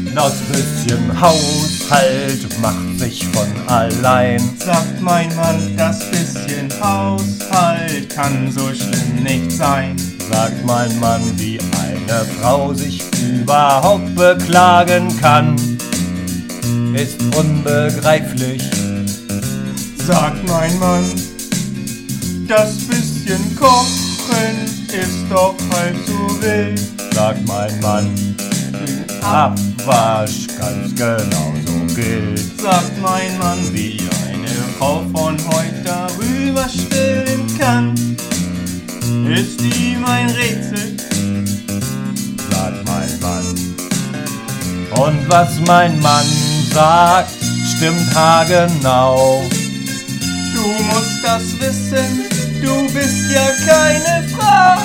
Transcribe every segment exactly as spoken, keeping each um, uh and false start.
Das bisschen Haushalt macht sich von allein. Sagt mein Mann, das bisschen Haushalt kann so schlimm nicht sein. Sagt mein Mann, wie eine Frau sich überhaupt beklagen kann. Ist unbegreiflich. Sagt mein Mann, das bisschen Kochen ist doch halb so wild. Sagt mein Mann, Abwasch ganz genauso gilt. Sagt mein Mann, wie eine Frau von heute darüber stillen kann, ist ihm ein Rätsel. Sagt mein Mann. Und was mein Mann sagt, stimmt haargenau. Du musst das wissen, du bist ja keine Frau.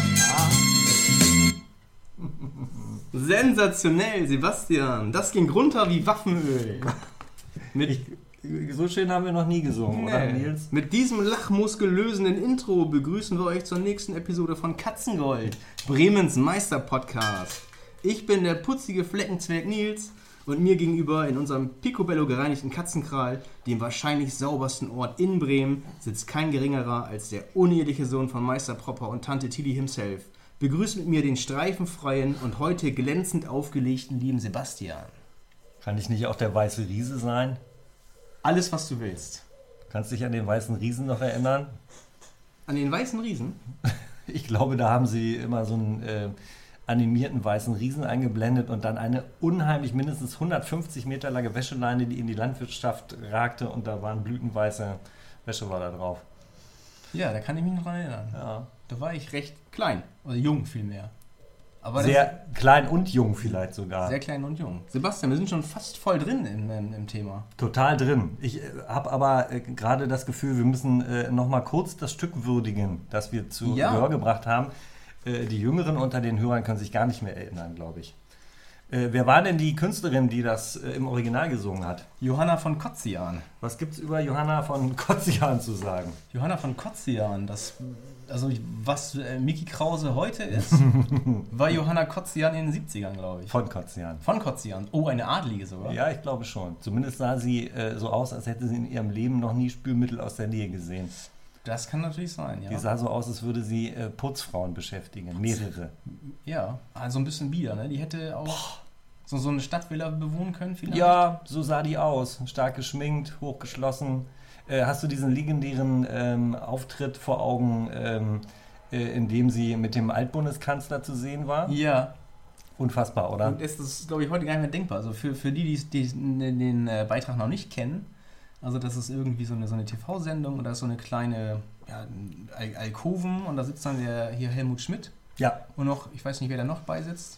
Sensationell, Sebastian. Das ging runter wie Waffenöl. Mit, Ich, so schön haben wir noch nie gesungen, nee. oder Nils? Mit diesem lachmuskelösenden Intro begrüßen wir euch zur nächsten Episode von Katzengold, Bremens Meister-Podcast. Ich bin der putzige Fleckenzwerg Nils und mir gegenüber in unserem picobello gereinigten Katzenkral, dem wahrscheinlich saubersten Ort in Bremen, sitzt kein geringerer als der uneheliche Sohn von Meister Propper und Tante Tilly himself. Begrüßt mit mir den streifenfreien und heute glänzend aufgelegten lieben Sebastian. Kann ich nicht auch der weiße Riese sein? Alles, was du willst. Kannst du dich an den weißen Riesen noch erinnern? An den weißen Riesen? Ich glaube, da haben sie immer so einen äh, animierten weißen Riesen eingeblendet und dann eine unheimlich mindestens hundertfünfzig Meter lange Wäscheleine, die in die Landwirtschaft ragte und da waren blütenweiße Wäsche war da drauf. Ja, da kann ich mich noch dran erinnern. Ja. Da war ich recht klein, oder jung vielmehr. Aber Sehr klein und jung vielleicht sogar. sehr klein und jung. Sebastian, wir sind schon fast voll drin im, im, im Thema. Total drin. Ich äh, habe aber äh, gerade das Gefühl, wir müssen äh, noch mal kurz das Stück würdigen, das wir zu Ja. Gehör gebracht haben. Äh, die Jüngeren unter den Hörern können sich gar nicht mehr erinnern, glaube ich. Äh, wer war denn die Künstlerin, die das äh, im Original gesungen hat? Johanna von Kotzian. Was gibt es über Johanna von Kotzian zu sagen? Johanna von Kotzian, das, also was äh, Micky Krause heute ist, war Johanna Kotzian in den siebzigern, glaube ich. Von Kotzian. Von Kotzian. Oh, eine Adlige sogar. Ja, ich glaube schon. Zumindest sah sie äh, so aus, als hätte sie in ihrem Leben noch nie Spülmittel aus der Nähe gesehen. Das kann natürlich sein, ja. Die sah so aus, als würde sie äh, Putzfrauen beschäftigen. Mehrere. Ja, also ein bisschen bieder, ne? Die hätte auch so, so eine Stadtvilla bewohnen können vielleicht. Ja, so sah die aus. Stark geschminkt, hochgeschlossen. Äh, hast du diesen legendären ähm, Auftritt vor Augen, ähm, äh, in dem sie mit dem Altbundeskanzler zu sehen war? Ja. Unfassbar, oder? Und das ist, glaube ich, heute gar nicht mehr denkbar. Also für, für die, die, die den äh, Beitrag noch nicht kennen, also das ist irgendwie so eine, so eine T V-Sendung und da ist so eine kleine ja, Al Alkoven und da sitzt dann der hier Helmut Schmidt Ja. und noch, ich weiß nicht, wer da noch beisitzt.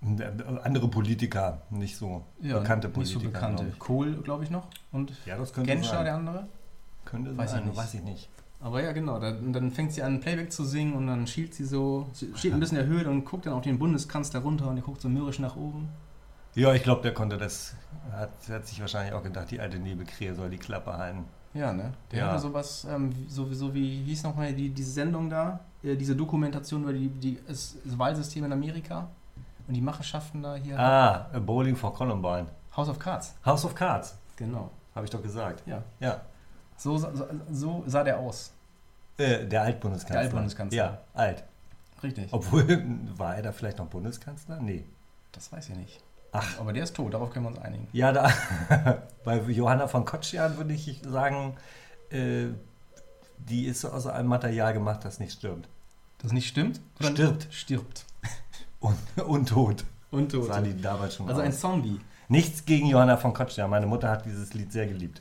Andere Politiker, nicht so Ja, bekannte nicht Politiker. so bekannte. glaub ich. Kohl, glaube ich, noch. Und Ja, das könnte Genscher, sein. der andere. Könnte Weiß sein, ich nicht. weiß ich nicht. Aber ja, genau. Da, und dann fängt sie an, Playback zu singen und dann schielt sie so, sie steht ein bisschen erhöht und guckt dann auf den Bundeskanzler runter und der guckt so mürrisch nach oben. Ja, ich glaube, der konnte das, hat, hat sich wahrscheinlich auch gedacht, die alte Nebelkrähe soll die Klappe halten. Ja, ne? Der Ja. hatte sowas, ähm, sowieso wie hieß nochmal die, diese Sendung da, äh, diese Dokumentation über die, die, das, das Wahlsystem in Amerika und die Machenschaften da hier. Ah, A Bowling for Columbine. House of Cards. House of Cards, Genau. habe ich doch gesagt. Ja. Ja. So, so, so sah der aus. Äh, der Altbundeskanzler. Der Altbundeskanzler. Ja, alt. Richtig. Obwohl, war er da vielleicht noch Bundeskanzler? Nee. Das weiß ich nicht. Ach. Aber der ist tot, darauf können wir uns einigen. Ja, da, bei Johanna von Kotzian würde ich sagen, äh, die ist so aus einem Material gemacht, das nicht stirbt. Das nicht stimmt? Oder Stirbt. Stirbt. Und, und tot. Und tot. Sah die damals schon Also ein aus. Zombie. Nichts gegen Johanna von Kotzian. Meine Mutter hat dieses Lied sehr geliebt.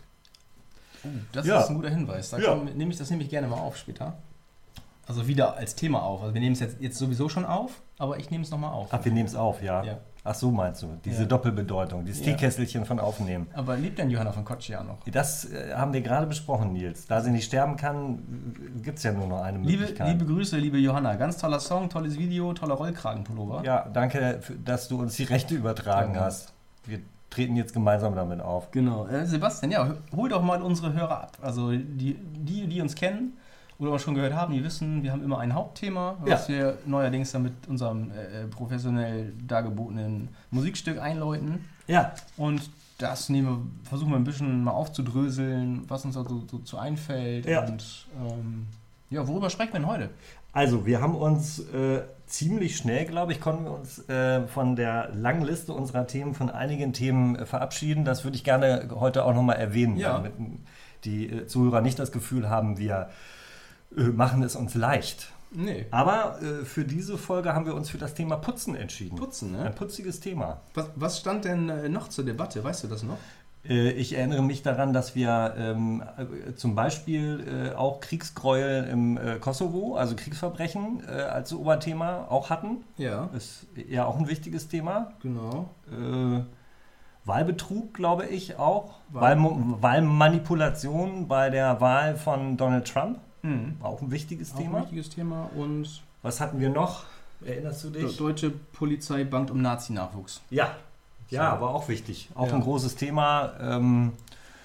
Oh, das Ja. ist ein guter Hinweis. Da Ja. komm, nehme ich, das nehme ich gerne mal auf später. Also wieder als Thema auf. Also wir nehmen es jetzt, jetzt sowieso schon auf, aber ich nehme es nochmal auf. Ach, wir nehmen es auf, ja. Ja. Ach so, meinst du. Diese Ja. Doppelbedeutung, dieses Ja. Teekesselchen von Aufnehmen. Aber lebt denn Johanna von Kotzian noch? Das äh, haben wir gerade besprochen, Nils. Da sie nicht sterben kann, gibt es ja nur noch eine Liebe, Möglichkeit. liebe Grüße, liebe Johanna. Ganz toller Song, tolles Video, toller Rollkragenpullover. Ja, danke, für, dass du uns die Rechte übertragen Ja. hast. Wir treten jetzt gemeinsam damit auf. Genau. Äh, Sebastian, ja, hol doch mal unsere Hörer ab. Also die, die, die uns kennen oder schon gehört haben, die wissen, wir haben immer ein Hauptthema, was wir neuerdings dann mit unserem äh, professionell dargebotenen Musikstück einläuten. Ja. Und das nehmen wir, versuchen wir ein bisschen mal aufzudröseln, was uns da so, so, so einfällt. Ja. Und ähm, ja, worüber sprechen wir denn heute? Also, wir haben uns äh, ziemlich schnell, glaube ich, konnten wir uns äh, von der langen Liste unserer Themen, von einigen Themen äh, verabschieden. Das würde ich gerne heute auch nochmal erwähnen, Ja. damit die äh, Zuhörer nicht das Gefühl haben, wir äh, machen es uns leicht. Nee. Aber äh, für diese Folge haben wir uns für das Thema Putzen entschieden. Putzen, Ein ne? putziges Thema. Was, was stand denn äh, noch zur Debatte? Weißt du das noch? Äh, ich erinnere mich daran, dass wir ähm, äh, zum Beispiel äh, auch Kriegsgräuel im äh, Kosovo, also Kriegsverbrechen äh, als Oberthema auch hatten. Ja, Ist ja auch ein wichtiges Thema. genau. Äh, Wahlbetrug, glaube ich, auch. Wahl- Wahlmo- Wahlmanipulation bei der Wahl von Donald Trump. Mhm. Auch ein wichtiges Auch ein Thema. wichtiges Thema. Und Was hatten wir noch? Erinnerst du De- dich? deutsche Polizei bangt um Nazi-Nachwuchs. Ja, ja, So. war auch wichtig. Auch Ja. ein großes Thema. Ähm,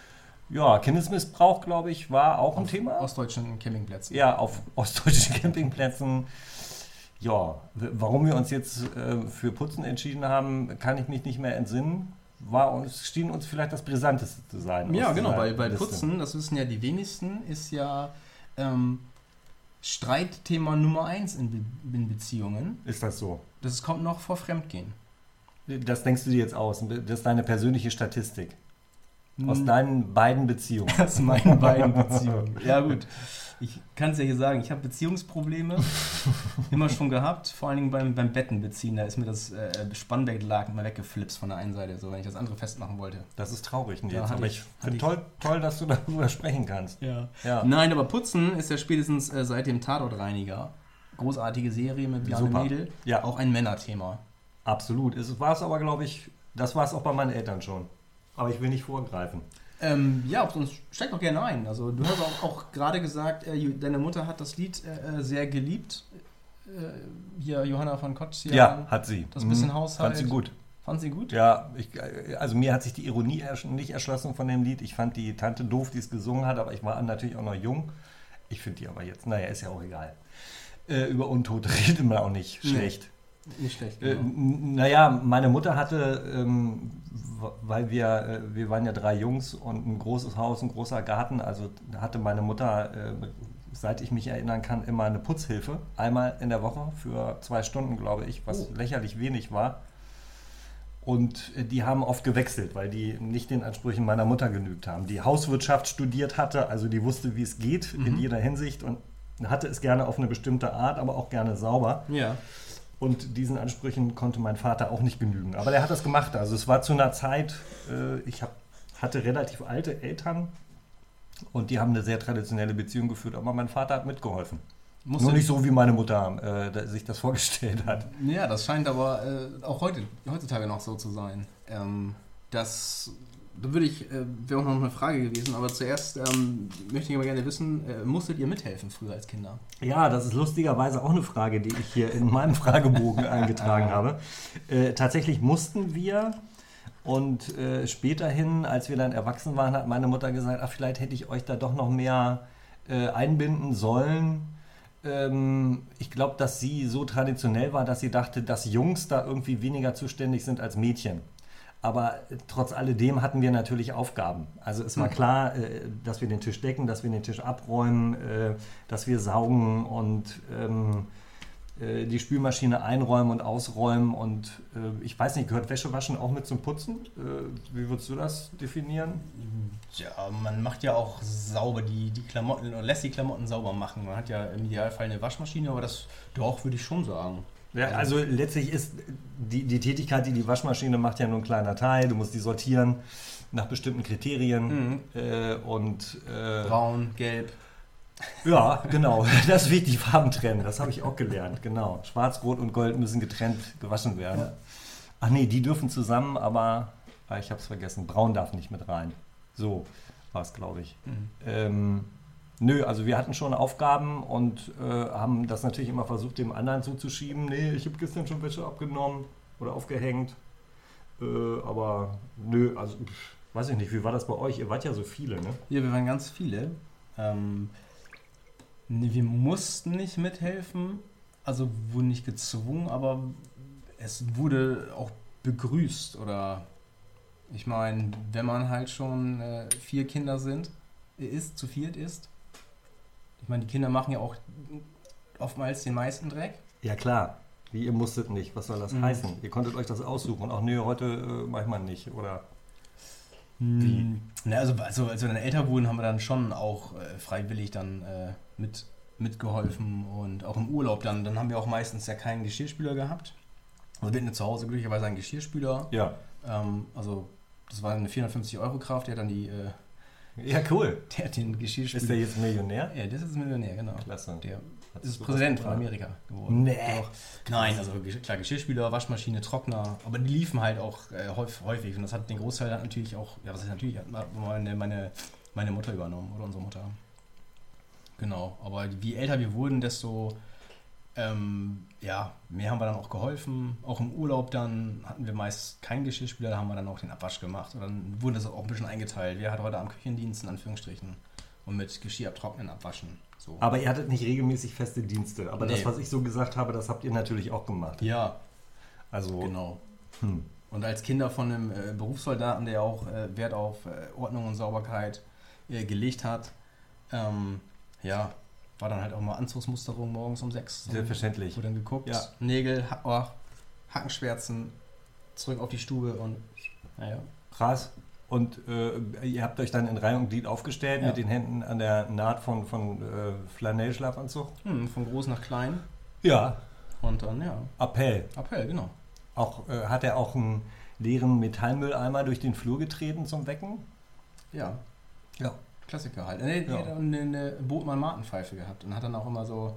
ja, Kindesmissbrauch, glaube ich, war auch ein Auf Thema. ostdeutschen Campingplätzen. Ja, auf ostdeutschen Campingplätzen. Ja, w- warum wir uns jetzt äh, für Putzen entschieden haben, kann ich mich nicht mehr entsinnen. War uns, schien uns vielleicht das Brisanteste zu sein. Ja, aus genau, dieser weil bei Liste. Putzen, das wissen ja die wenigsten, ist ja ähm, Streitthema Nummer eins in, Be in Beziehungen. Ist das so? Das kommt noch vor Fremdgehen. Das denkst du dir jetzt aus. Das ist deine persönliche Statistik. Aus Hm, deinen beiden Beziehungen. aus meinen beiden Beziehungen. Ja gut, ich kann es ja hier sagen, ich habe Beziehungsprobleme, immer schon gehabt, vor allen Dingen beim, beim Betten beziehen, da ist mir das äh, Spannbettlaken immer weggeflipst von der einen Seite, so wenn ich das andere festmachen wollte. Das ist traurig, Nils. Ja, hatte aber ich- ich hatte finde ich. toll, toll, dass du darüber sprechen kannst. Ja. Ja. Nein, aber Putzen ist ja spätestens äh, seit dem Tatortreiniger, großartige Serie mit Bjarne Super. Mädel, Ja. auch ein Männerthema. Absolut. Es war es aber, glaube ich, das war es auch bei meinen Eltern schon. Aber ich will nicht vorgreifen. Ähm, ja, sonst steig doch gerne ein. Also du hast auch, auch gerade gesagt, äh, Ju- deine Mutter hat das Lied äh, äh, sehr geliebt. Äh, hier Johanna von Kotz. hier, Ja, hat sie. Das bisschen Mhm. Haushalt. Fand sie gut. Fand sie gut? Ja, ich, also mir hat sich die Ironie ersch- nicht erschlossen von dem Lied. Ich fand die Tante doof, die es gesungen hat, aber ich war natürlich auch noch jung. Ich finde die aber jetzt, naja, ist ja auch egal. Äh, über Untote redet man auch nicht Nee. schlecht. Nicht schlecht. Äh, Genau. n- naja, meine Mutter hatte, ähm, w- weil wir, äh, wir waren ja drei Jungs und ein großes Haus, ein großer Garten, also hatte meine Mutter, äh, seit ich mich erinnern kann, immer eine Putzhilfe. Einmal in der Woche für zwei Stunden, glaube ich, was Oh. lächerlich wenig war. Und äh, die haben oft gewechselt, weil die nicht den Ansprüchen meiner Mutter genügt haben. Die Hauswirtschaft studiert hatte, also die wusste, wie es geht in Mhm. jeder Hinsicht und hatte es gerne auf eine bestimmte Art, aber auch gerne sauber. Ja. Und diesen Ansprüchen konnte mein Vater auch nicht genügen. Aber der hat das gemacht. Also es war zu einer Zeit, äh, ich hab, hatte relativ alte Eltern und die haben eine sehr traditionelle Beziehung geführt, aber mein Vater hat mitgeholfen. Muss Nur nicht so, wie meine Mutter äh, sich das vorgestellt hat. Ja, das scheint aber äh, auch heute, heutzutage noch so zu sein. Ähm, das, da würde ich, äh, wäre auch noch eine Frage gewesen, aber zuerst ähm, möchte ich aber gerne wissen, äh, musstet ihr mithelfen früher als Kinder? Ja, das ist lustigerweise auch eine Frage, die ich hier in meinem Fragebogen eingetragen habe. Äh, tatsächlich mussten wir und äh, späterhin, als wir dann erwachsen waren, hat meine Mutter gesagt, ach, vielleicht hätte ich euch da doch noch mehr äh, einbinden sollen. Ähm, ich glaube, dass sie so traditionell war, dass sie dachte, dass Jungs da irgendwie weniger zuständig sind als Mädchen. Aber äh, trotz alledem hatten wir natürlich Aufgaben. Also es war Mhm. klar, äh, dass wir den Tisch decken, dass wir den Tisch abräumen, äh, dass wir saugen und ähm, äh, die Spülmaschine einräumen und ausräumen. Und äh, ich weiß nicht, gehört Wäschewaschen auch mit zum Putzen? Äh, wie würdest du das definieren? Ja, man macht ja auch sauber die, die Klamotten oder lässt die Klamotten sauber machen. Man hat ja im Idealfall eine Waschmaschine, aber das doch, würde ich schon sagen. Ja, also letztlich ist die, die Tätigkeit, die die Waschmaschine macht, ja nur ein kleiner Teil. Du musst die sortieren nach bestimmten Kriterien. Mhm. Äh, und äh, Braun, gelb. ja, genau. Das ist wichtig, Farben trennen. Das habe ich auch gelernt. Genau. Schwarz, Rot und Gold müssen getrennt gewaschen werden. Ja. Ach nee, die dürfen zusammen, aber ah, ich habe es vergessen. Braun darf nicht mit rein. So war es, glaube ich. Mhm. Ähm, nö, also wir hatten schon Aufgaben und äh, haben das natürlich immer versucht, dem anderen zuzuschieben. Nee, ich habe gestern schon Wäsche abgenommen oder aufgehängt. Äh, aber nö, also pff, weiß ich nicht, wie war das bei euch? Ihr wart ja so viele, ne? Ja, wir waren ganz viele. Ähm, nee, wir mussten nicht mithelfen, also wurden nicht gezwungen, aber es wurde auch begrüßt oder Ich meine, wenn man halt schon äh, vier Kinder sind, ist, zu viert ist. Ich meine, die Kinder machen ja auch oftmals den meisten Dreck. Ja klar, wie ihr musstet nicht. Was soll das mhm. heißen? Ihr konntet euch das aussuchen. Ach nee, heute äh, manchmal nicht, oder? Wie? Na, also, also als wir dann älter wurden, haben wir dann schon auch äh, freiwillig dann äh, mit, mitgeholfen und auch im Urlaub dann. Dann haben wir auch meistens ja keinen Geschirrspüler gehabt. Also wir hatten zu Hause glücklicherweise einen Geschirrspüler. Ja. Ähm, also das war eine vierhundertfünfzig Euro Kraft, der hat dann die... Äh, ja, cool. Der hat den Geschirrspüler... Ist der jetzt Millionär? Ja, das ist Millionär, genau. Klasse. Der ist Präsident von Amerika geworden. Nee. Nein, also klar, Geschirrspüler, Waschmaschine, Trockner, aber die liefen halt auch äh, häufig und das hat den Großteil dann natürlich auch, ja was ist natürlich, hat meine, meine, meine Mutter übernommen oder unsere Mutter. Genau, aber je älter wir wurden, desto ähm, ja, mehr haben wir dann auch geholfen. Auch im Urlaub dann hatten wir meist keinen Geschirrspüler, da haben wir dann auch den Abwasch gemacht und dann wurde das auch ein bisschen eingeteilt. Wer hat heute am Küchendienst in Anführungsstrichen und mit Geschirr abtrocknen, abwaschen. So. Aber ihr hattet nicht regelmäßig feste Dienste. Aber nee. Das, was ich so gesagt habe, das habt ihr natürlich auch gemacht. Ja. Also. Genau. Hm. Und als Kinder von einem äh, Berufssoldaten, der auch äh, Wert auf äh, Ordnung und Sauberkeit äh, gelegt hat, ähm, ja, war dann halt auch mal Anzugsmusterung morgens um sechs. Selbstverständlich. Wurde dann geguckt, ja. Nägel, ha- oh, Hackenschwärzen, zurück auf die Stube und naja. Krass. Und äh, ihr habt euch dann in Reihe und Glied aufgestellt, ja. mit den Händen an der Naht von, von äh, Flanellschlafanzug? Hm, von groß nach klein. Ja. Und dann, ja. Appell. Appell, genau. Auch, äh, hat er auch einen leeren Metallmülleimer durch den Flur getreten zum Wecken? Ja. Ja. Klassiker halt. Er ja. hat eine, eine Botmann-Martenpfeife gehabt und hat dann auch immer so...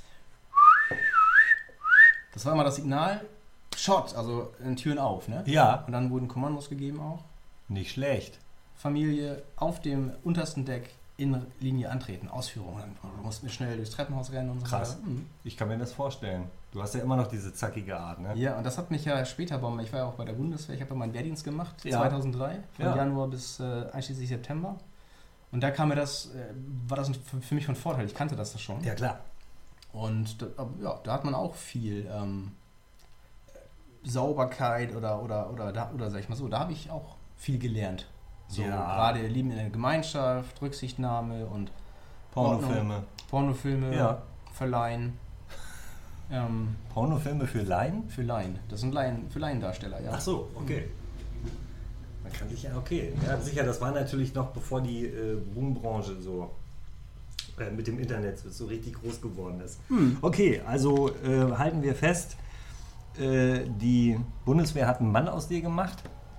Das war immer das Signal, Shot, also in Türen auf, ne? Ja. Und dann wurden Kommandos gegeben auch. Nicht schlecht. Familie auf dem untersten Deck in Linie antreten, Ausführung. Dann mussten wir schnell durchs Treppenhaus rennen und so. Krass. Mhm. Ich kann mir das vorstellen. Du hast ja immer noch diese zackige Art, ne? Ja, und das hat mich ja später, ich war ja auch bei der Bundeswehr, ich habe ja meinen Wehrdienst gemacht, ja. zweitausenddrei, von ja. Januar bis äh, einschließlich September. Und da kam mir das, äh, war das für, für mich von Vorteil, ich kannte das schon. Ja, klar. Und da, ja, da hat man auch viel ähm, Sauberkeit oder, oder, oder, da, oder sag ich mal so, da habe ich auch viel gelernt. So, ja. Gerade Leben in der Gemeinschaft, Rücksichtnahme und Pornofilme. Ordnung, Pornofilme ja. verleihen. Ähm, Pornofilme für Laien? Für Laien. Das sind Laien, für Laiendarsteller, ja. Ach so, okay. Man kann sich ja, okay. Ja, sicher, das war natürlich noch bevor die äh, Bumbranche so äh, mit dem Internet so richtig groß geworden ist. Hm. Okay, also äh, halten wir fest, äh, die Bundeswehr hat einen Mann aus dir gemacht.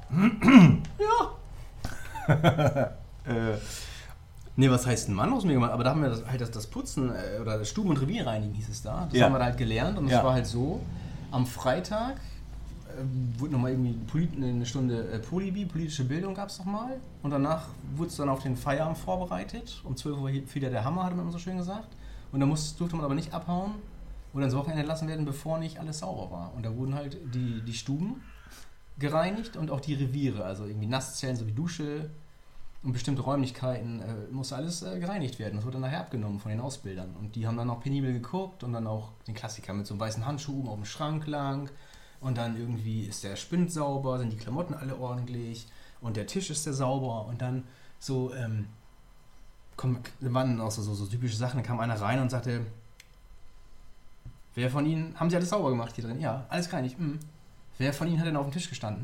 Ja. äh, Nee, was heißt ein Mann aus mir gemacht? Aber da haben wir das, halt das, das Putzen äh, oder das Stuben- und Revierreinigen hieß es da. Das ja. haben wir da halt gelernt und es ja. war halt so, am Freitag äh, wurde nochmal irgendwie Polit- eine Stunde äh, Polybi, politische Bildung gab es nochmal und danach wurde es dann auf den Feierabend vorbereitet. Um zwölf Uhr fiel der Hammer, hatte man immer so schön gesagt. Und dann musste, durfte man aber nicht abhauen oder ins Wochenende entlassen werden, bevor nicht alles sauber war. Und da wurden halt die, die Stuben gereinigt und auch die Reviere, also irgendwie Nasszellen, so wie Dusche, und bestimmte Räumlichkeiten äh, musste alles äh, gereinigt werden. Das wurde dann nachher abgenommen von den Ausbildern. Und die haben dann auch penibel geguckt und dann auch den Klassiker mit so einem weißen Handschuh oben auf dem Schrank lang. Und dann irgendwie ist der Spind sauber, sind die Klamotten alle ordentlich und der Tisch ist sehr sauber. Und dann so, ähm, kommen, waren dann auch so, so, so typische Sachen. Dann kam einer rein und sagte, wer von Ihnen, haben Sie alles sauber gemacht hier drin? Ja, alles gereinigt. Mhm. Wer von Ihnen hat denn auf dem Tisch gestanden?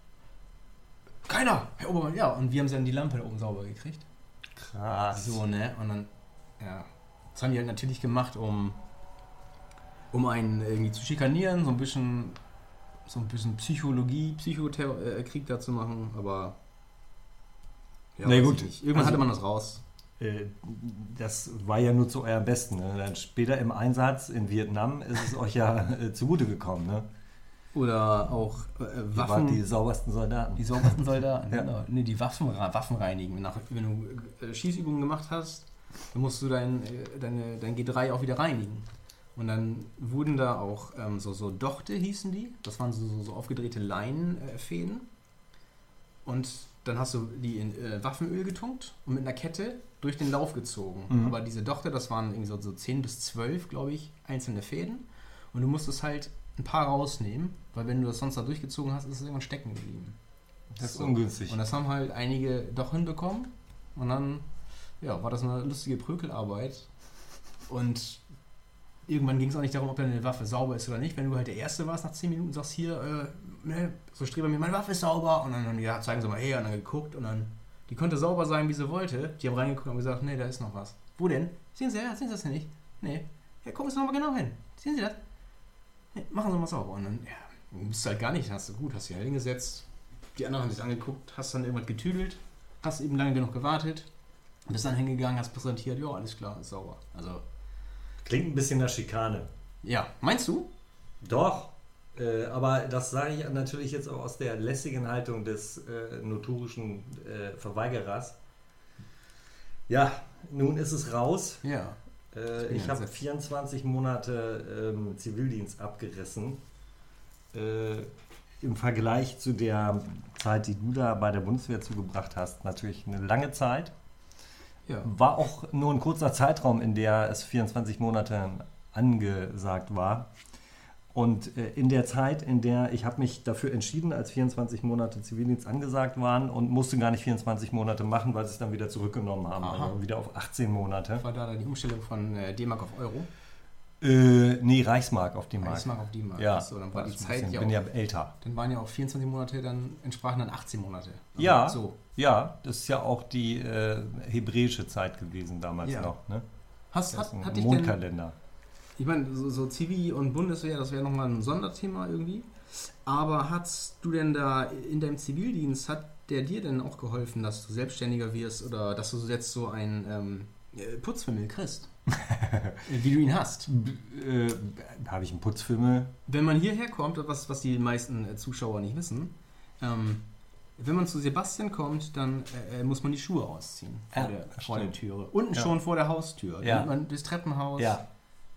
Keiner, Herr Obermann, ja. Und wir haben dann die Lampe da oben sauber gekriegt. Krass. So, ne? Und dann, ja. Das haben die halt natürlich gemacht, um, um einen irgendwie zu schikanieren, so ein bisschen, so ein bisschen Psychologie, Psychokrieg da zu machen, aber. Ja, na gut. Irgendwann also, hatte man das raus. Äh, das war ja nur zu eurem Besten. Ne? Dann später im Einsatz in Vietnam ist es euch ja äh, zugute gekommen, ne? Oder auch äh, Waffen. Die saubersten Soldaten. Die saubersten Soldaten, ja. genau. Nee, die Waffen, Waffen reinigen. Nach, wenn du äh, Schießübungen gemacht hast, dann musst du dein, äh, deine, dein G drei auch wieder reinigen. Und dann wurden da auch ähm, so, so Dochte hießen die. Das waren so, so, so aufgedrehte Leinenfäden. Äh, und dann hast du die in äh, Waffenöl getunkt und mit einer Kette durch den Lauf gezogen. Mhm. Aber diese Dochte, das waren irgendwie so, so zehn bis zwölf, glaube ich, einzelne Fäden. Und du musstest halt ein paar rausnehmen, weil wenn du das sonst da durchgezogen hast, ist es irgendwann stecken geblieben. Das ist ungünstig. Und das haben halt einige doch hinbekommen. Und dann ja, war das eine lustige Prügelarbeit. Und irgendwann ging es auch nicht darum, ob deine Waffe sauber ist oder nicht. Wenn du halt der Erste warst, nach zehn Minuten sagst, hier, äh, ne, so Streber mir, meine Waffe ist sauber. Und dann, dann ja, zeigen sie mal, hey, und dann geguckt. Und dann, die konnte sauber sein, wie sie wollte. Die haben reingeguckt und gesagt, nee, da ist noch was. Wo denn? Sehen Sie, ja, sehen Sie das denn nicht? Nee. Ja, gucken Sie noch mal genau hin. Sehen Sie das? Nee, machen Sie mal sauber. Und dann, ja, bist du halt gar nicht, hast du gut, hast dich halt hingesetzt. Die anderen haben sich angeguckt, hast dann irgendwas getüdelt, hast eben lange genug gewartet, bist dann hingegangen, hast präsentiert, ja, alles klar, ist sauber. Also klingt ein bisschen nach Schikane. Ja, meinst du? Doch, äh, aber das sage ich natürlich jetzt auch aus der lässigen Haltung des äh, notorischen äh, Verweigerers. Ja, nun ist es raus. Ja. Äh, ich habe vierundzwanzig Monate ähm, Zivildienst abgerissen. Äh, Im Vergleich zu der Zeit, die du da bei der Bundeswehr zugebracht hast, natürlich eine lange Zeit. Ja. War auch nur ein kurzer Zeitraum, in der es vierundzwanzig Monate angesagt war. Und äh, in der Zeit, in der ich habe mich dafür entschieden, als vierundzwanzig Monate Zivildienst angesagt waren und musste gar nicht vierundzwanzig Monate machen, weil sie es dann wieder zurückgenommen haben. Aha. Also wieder auf achtzehn Monate. War da die Umstellung von äh, D-Mark auf Euro? Äh, nee, Reichsmark auf D-Mark. Reichsmark auf D-Mark. Ja. Achso, dann war die Zeit bisschen, ja bin auch, ja älter. Dann waren ja auch vierundzwanzig Monate, dann entsprachen dann achtzehn Monate. Also Ja, so. ja, das ist ja auch die äh, hebräische Zeit gewesen damals Ja. noch. Ne? Hast, Das hat, ist ein hat dich denn, Mondkalender. ich meine, so, so Zivi und Bundeswehr, das wäre nochmal ein Sonderthema irgendwie. Aber hast du denn da in deinem Zivildienst, hat der dir denn auch geholfen, dass du selbstständiger wirst oder dass du jetzt so einen ähm, Putzfimmel kriegst? Wie du ihn hast. Äh, habe ich einen Putzfimmel? Wenn man hierher kommt, was, was die meisten äh, Zuschauer nicht wissen, ähm, wenn man zu Sebastian kommt, dann äh, muss man die Schuhe ausziehen vor, Ja, der, das vor der stimmt. Türe. Unten Ja. schon vor der Haustür. Ja. Dann man das Treppenhaus. Ja.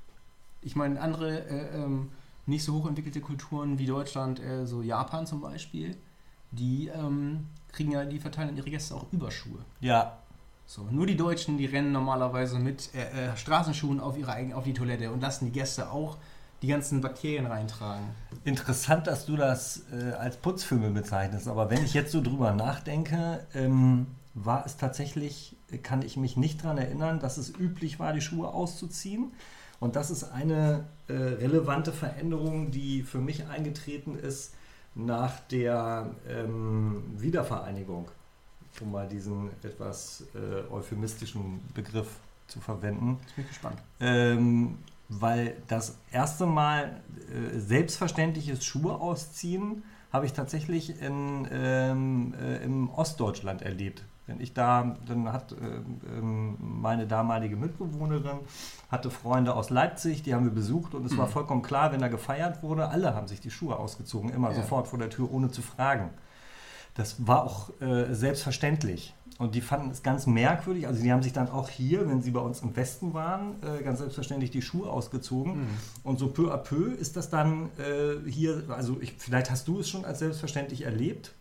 Ich meine, andere äh, ähm, nicht so hochentwickelte Kulturen wie Deutschland, äh, so Japan zum Beispiel, die ähm, kriegen ja, die verteilen an ihre Gäste auch Überschuhe. Ja. So, nur die Deutschen, die rennen normalerweise mit äh, äh, Straßenschuhen auf ihre eigene, auf die Toilette und lassen die Gäste auch die ganzen Bakterien reintragen. Interessant, dass du das äh, als Putzfimmel bezeichnest, aber wenn ich jetzt so drüber nachdenke, ähm, war es tatsächlich, kann ich mich nicht daran erinnern, dass es üblich war, die Schuhe auszuziehen. Und das ist eine äh, relevante Veränderung, die für mich eingetreten ist nach der ähm, Wiedervereinigung, um mal diesen etwas äh, euphemistischen Begriff zu verwenden. Jetzt bin ich gespannt. Ähm, weil das erste Mal äh, selbstverständliches Schuhe ausziehen habe ich tatsächlich in, ähm, äh, im Ostdeutschland erlebt. Wenn ich da, dann hat äh, ähm, meine damalige Mitbewohnerin hatte Freunde aus Leipzig, die haben wir besucht und es Mhm. war vollkommen klar, wenn da gefeiert wurde, alle haben sich die Schuhe ausgezogen, immer Ja. sofort vor der Tür, ohne zu fragen. Das war auch äh, selbstverständlich. Und die fanden es ganz merkwürdig. Also die haben sich dann auch hier, wenn sie bei uns im Westen waren, äh, ganz selbstverständlich die Schuhe ausgezogen. Mhm. Und so peu à peu ist das dann äh, hier, also ich, vielleicht hast du es schon als selbstverständlich erlebt.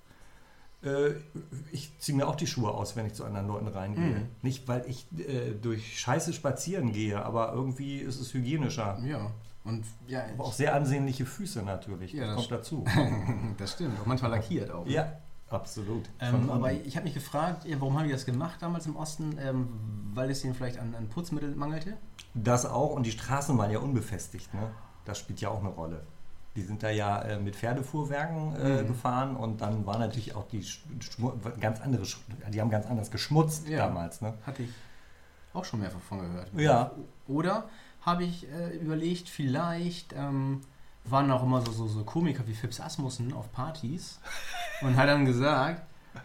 Äh, ich ziehe mir auch die Schuhe aus, wenn ich zu anderen Leuten reingehe. Mhm. Nicht, weil ich äh, durch Scheiße spazieren gehe, aber irgendwie ist es hygienischer. Ja, und ja, Aber auch sehr ansehnliche Füße natürlich. Ja, das das kommt dazu. das stimmt. Auch manchmal lackiert auch. Ja, absolut. Ähm, Von aber unten. ich habe mich gefragt, ja, warum haben die das gemacht damals im Osten? Ähm, weil es ihnen vielleicht an, an Putzmitteln mangelte? Das auch, und die Straßen waren ja unbefestigt, ne? Das spielt ja auch eine Rolle. Die sind da ja äh, mit Pferdefuhrwerken äh, Mhm. gefahren und dann war natürlich auch die Sch- Schmu- ganz andere, Sch- die haben ganz anders geschmutzt Ja. damals, ne? Hatte ich auch schon mehrfach von gehört. Ja. Oder habe ich äh, überlegt, vielleicht ähm, waren auch immer so, so, so Komiker wie Fips Asmussen auf Partys und hat dann gesagt,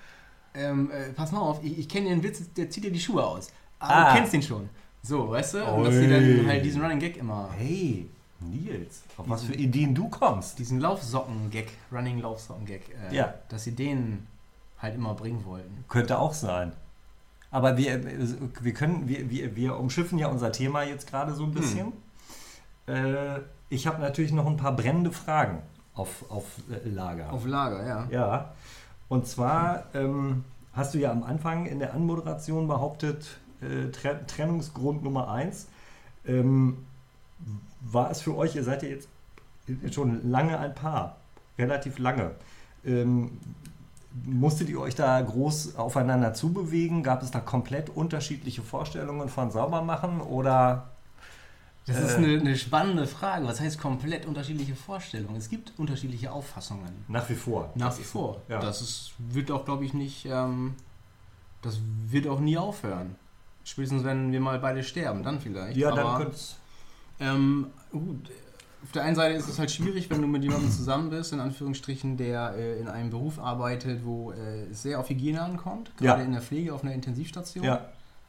ähm, äh, pass mal auf, ich, ich kenne den Witz, der zieht dir die Schuhe aus. Aber Ah. du kennst den schon. So, weißt du? Und dass sie dann Ui. halt diesen Running Gag immer, Hey, Nils, auf was Diesen- für Ideen du kommst. diesen Laufsocken-Gag, Running Laufsocken-Gag, äh, Ja. dass sie den halt immer bringen wollten. Könnte auch sein. Aber wir, wir können, wir, wir, wir umschiffen ja unser Thema jetzt gerade so ein bisschen. Äh, ich habe natürlich noch ein paar brennende Fragen auf, auf äh, Lager. Auf Lager, ja. Ja, und zwar ähm, hast du ja am Anfang in der Anmoderation behauptet, äh, Tre- Trennungsgrund Nummer eins. Ähm, war es für euch, ihr seid ja jetzt schon lange ein Paar, relativ lange. Ähm, musstet ihr euch da groß aufeinander zubewegen? Gab es da komplett unterschiedliche Vorstellungen von Saubermachen oder... Das ist eine, eine spannende Frage. Was heißt komplett unterschiedliche Vorstellungen? Es gibt unterschiedliche Auffassungen. Nach wie vor. Nach wie vor. Ja. Das ist, wird auch, glaube ich, nicht... Ähm, das wird auch nie aufhören. Spätestens, wenn wir mal beide sterben, dann vielleicht. Ja, Aber, dann könnte es... Ähm, gut, auf der einen Seite ist es halt schwierig, wenn du mit jemandem zusammen bist, in Anführungsstrichen, der äh, in einem Beruf arbeitet, wo äh, es sehr auf Hygiene ankommt, gerade Ja. in der Pflege auf einer Intensivstation. Ja.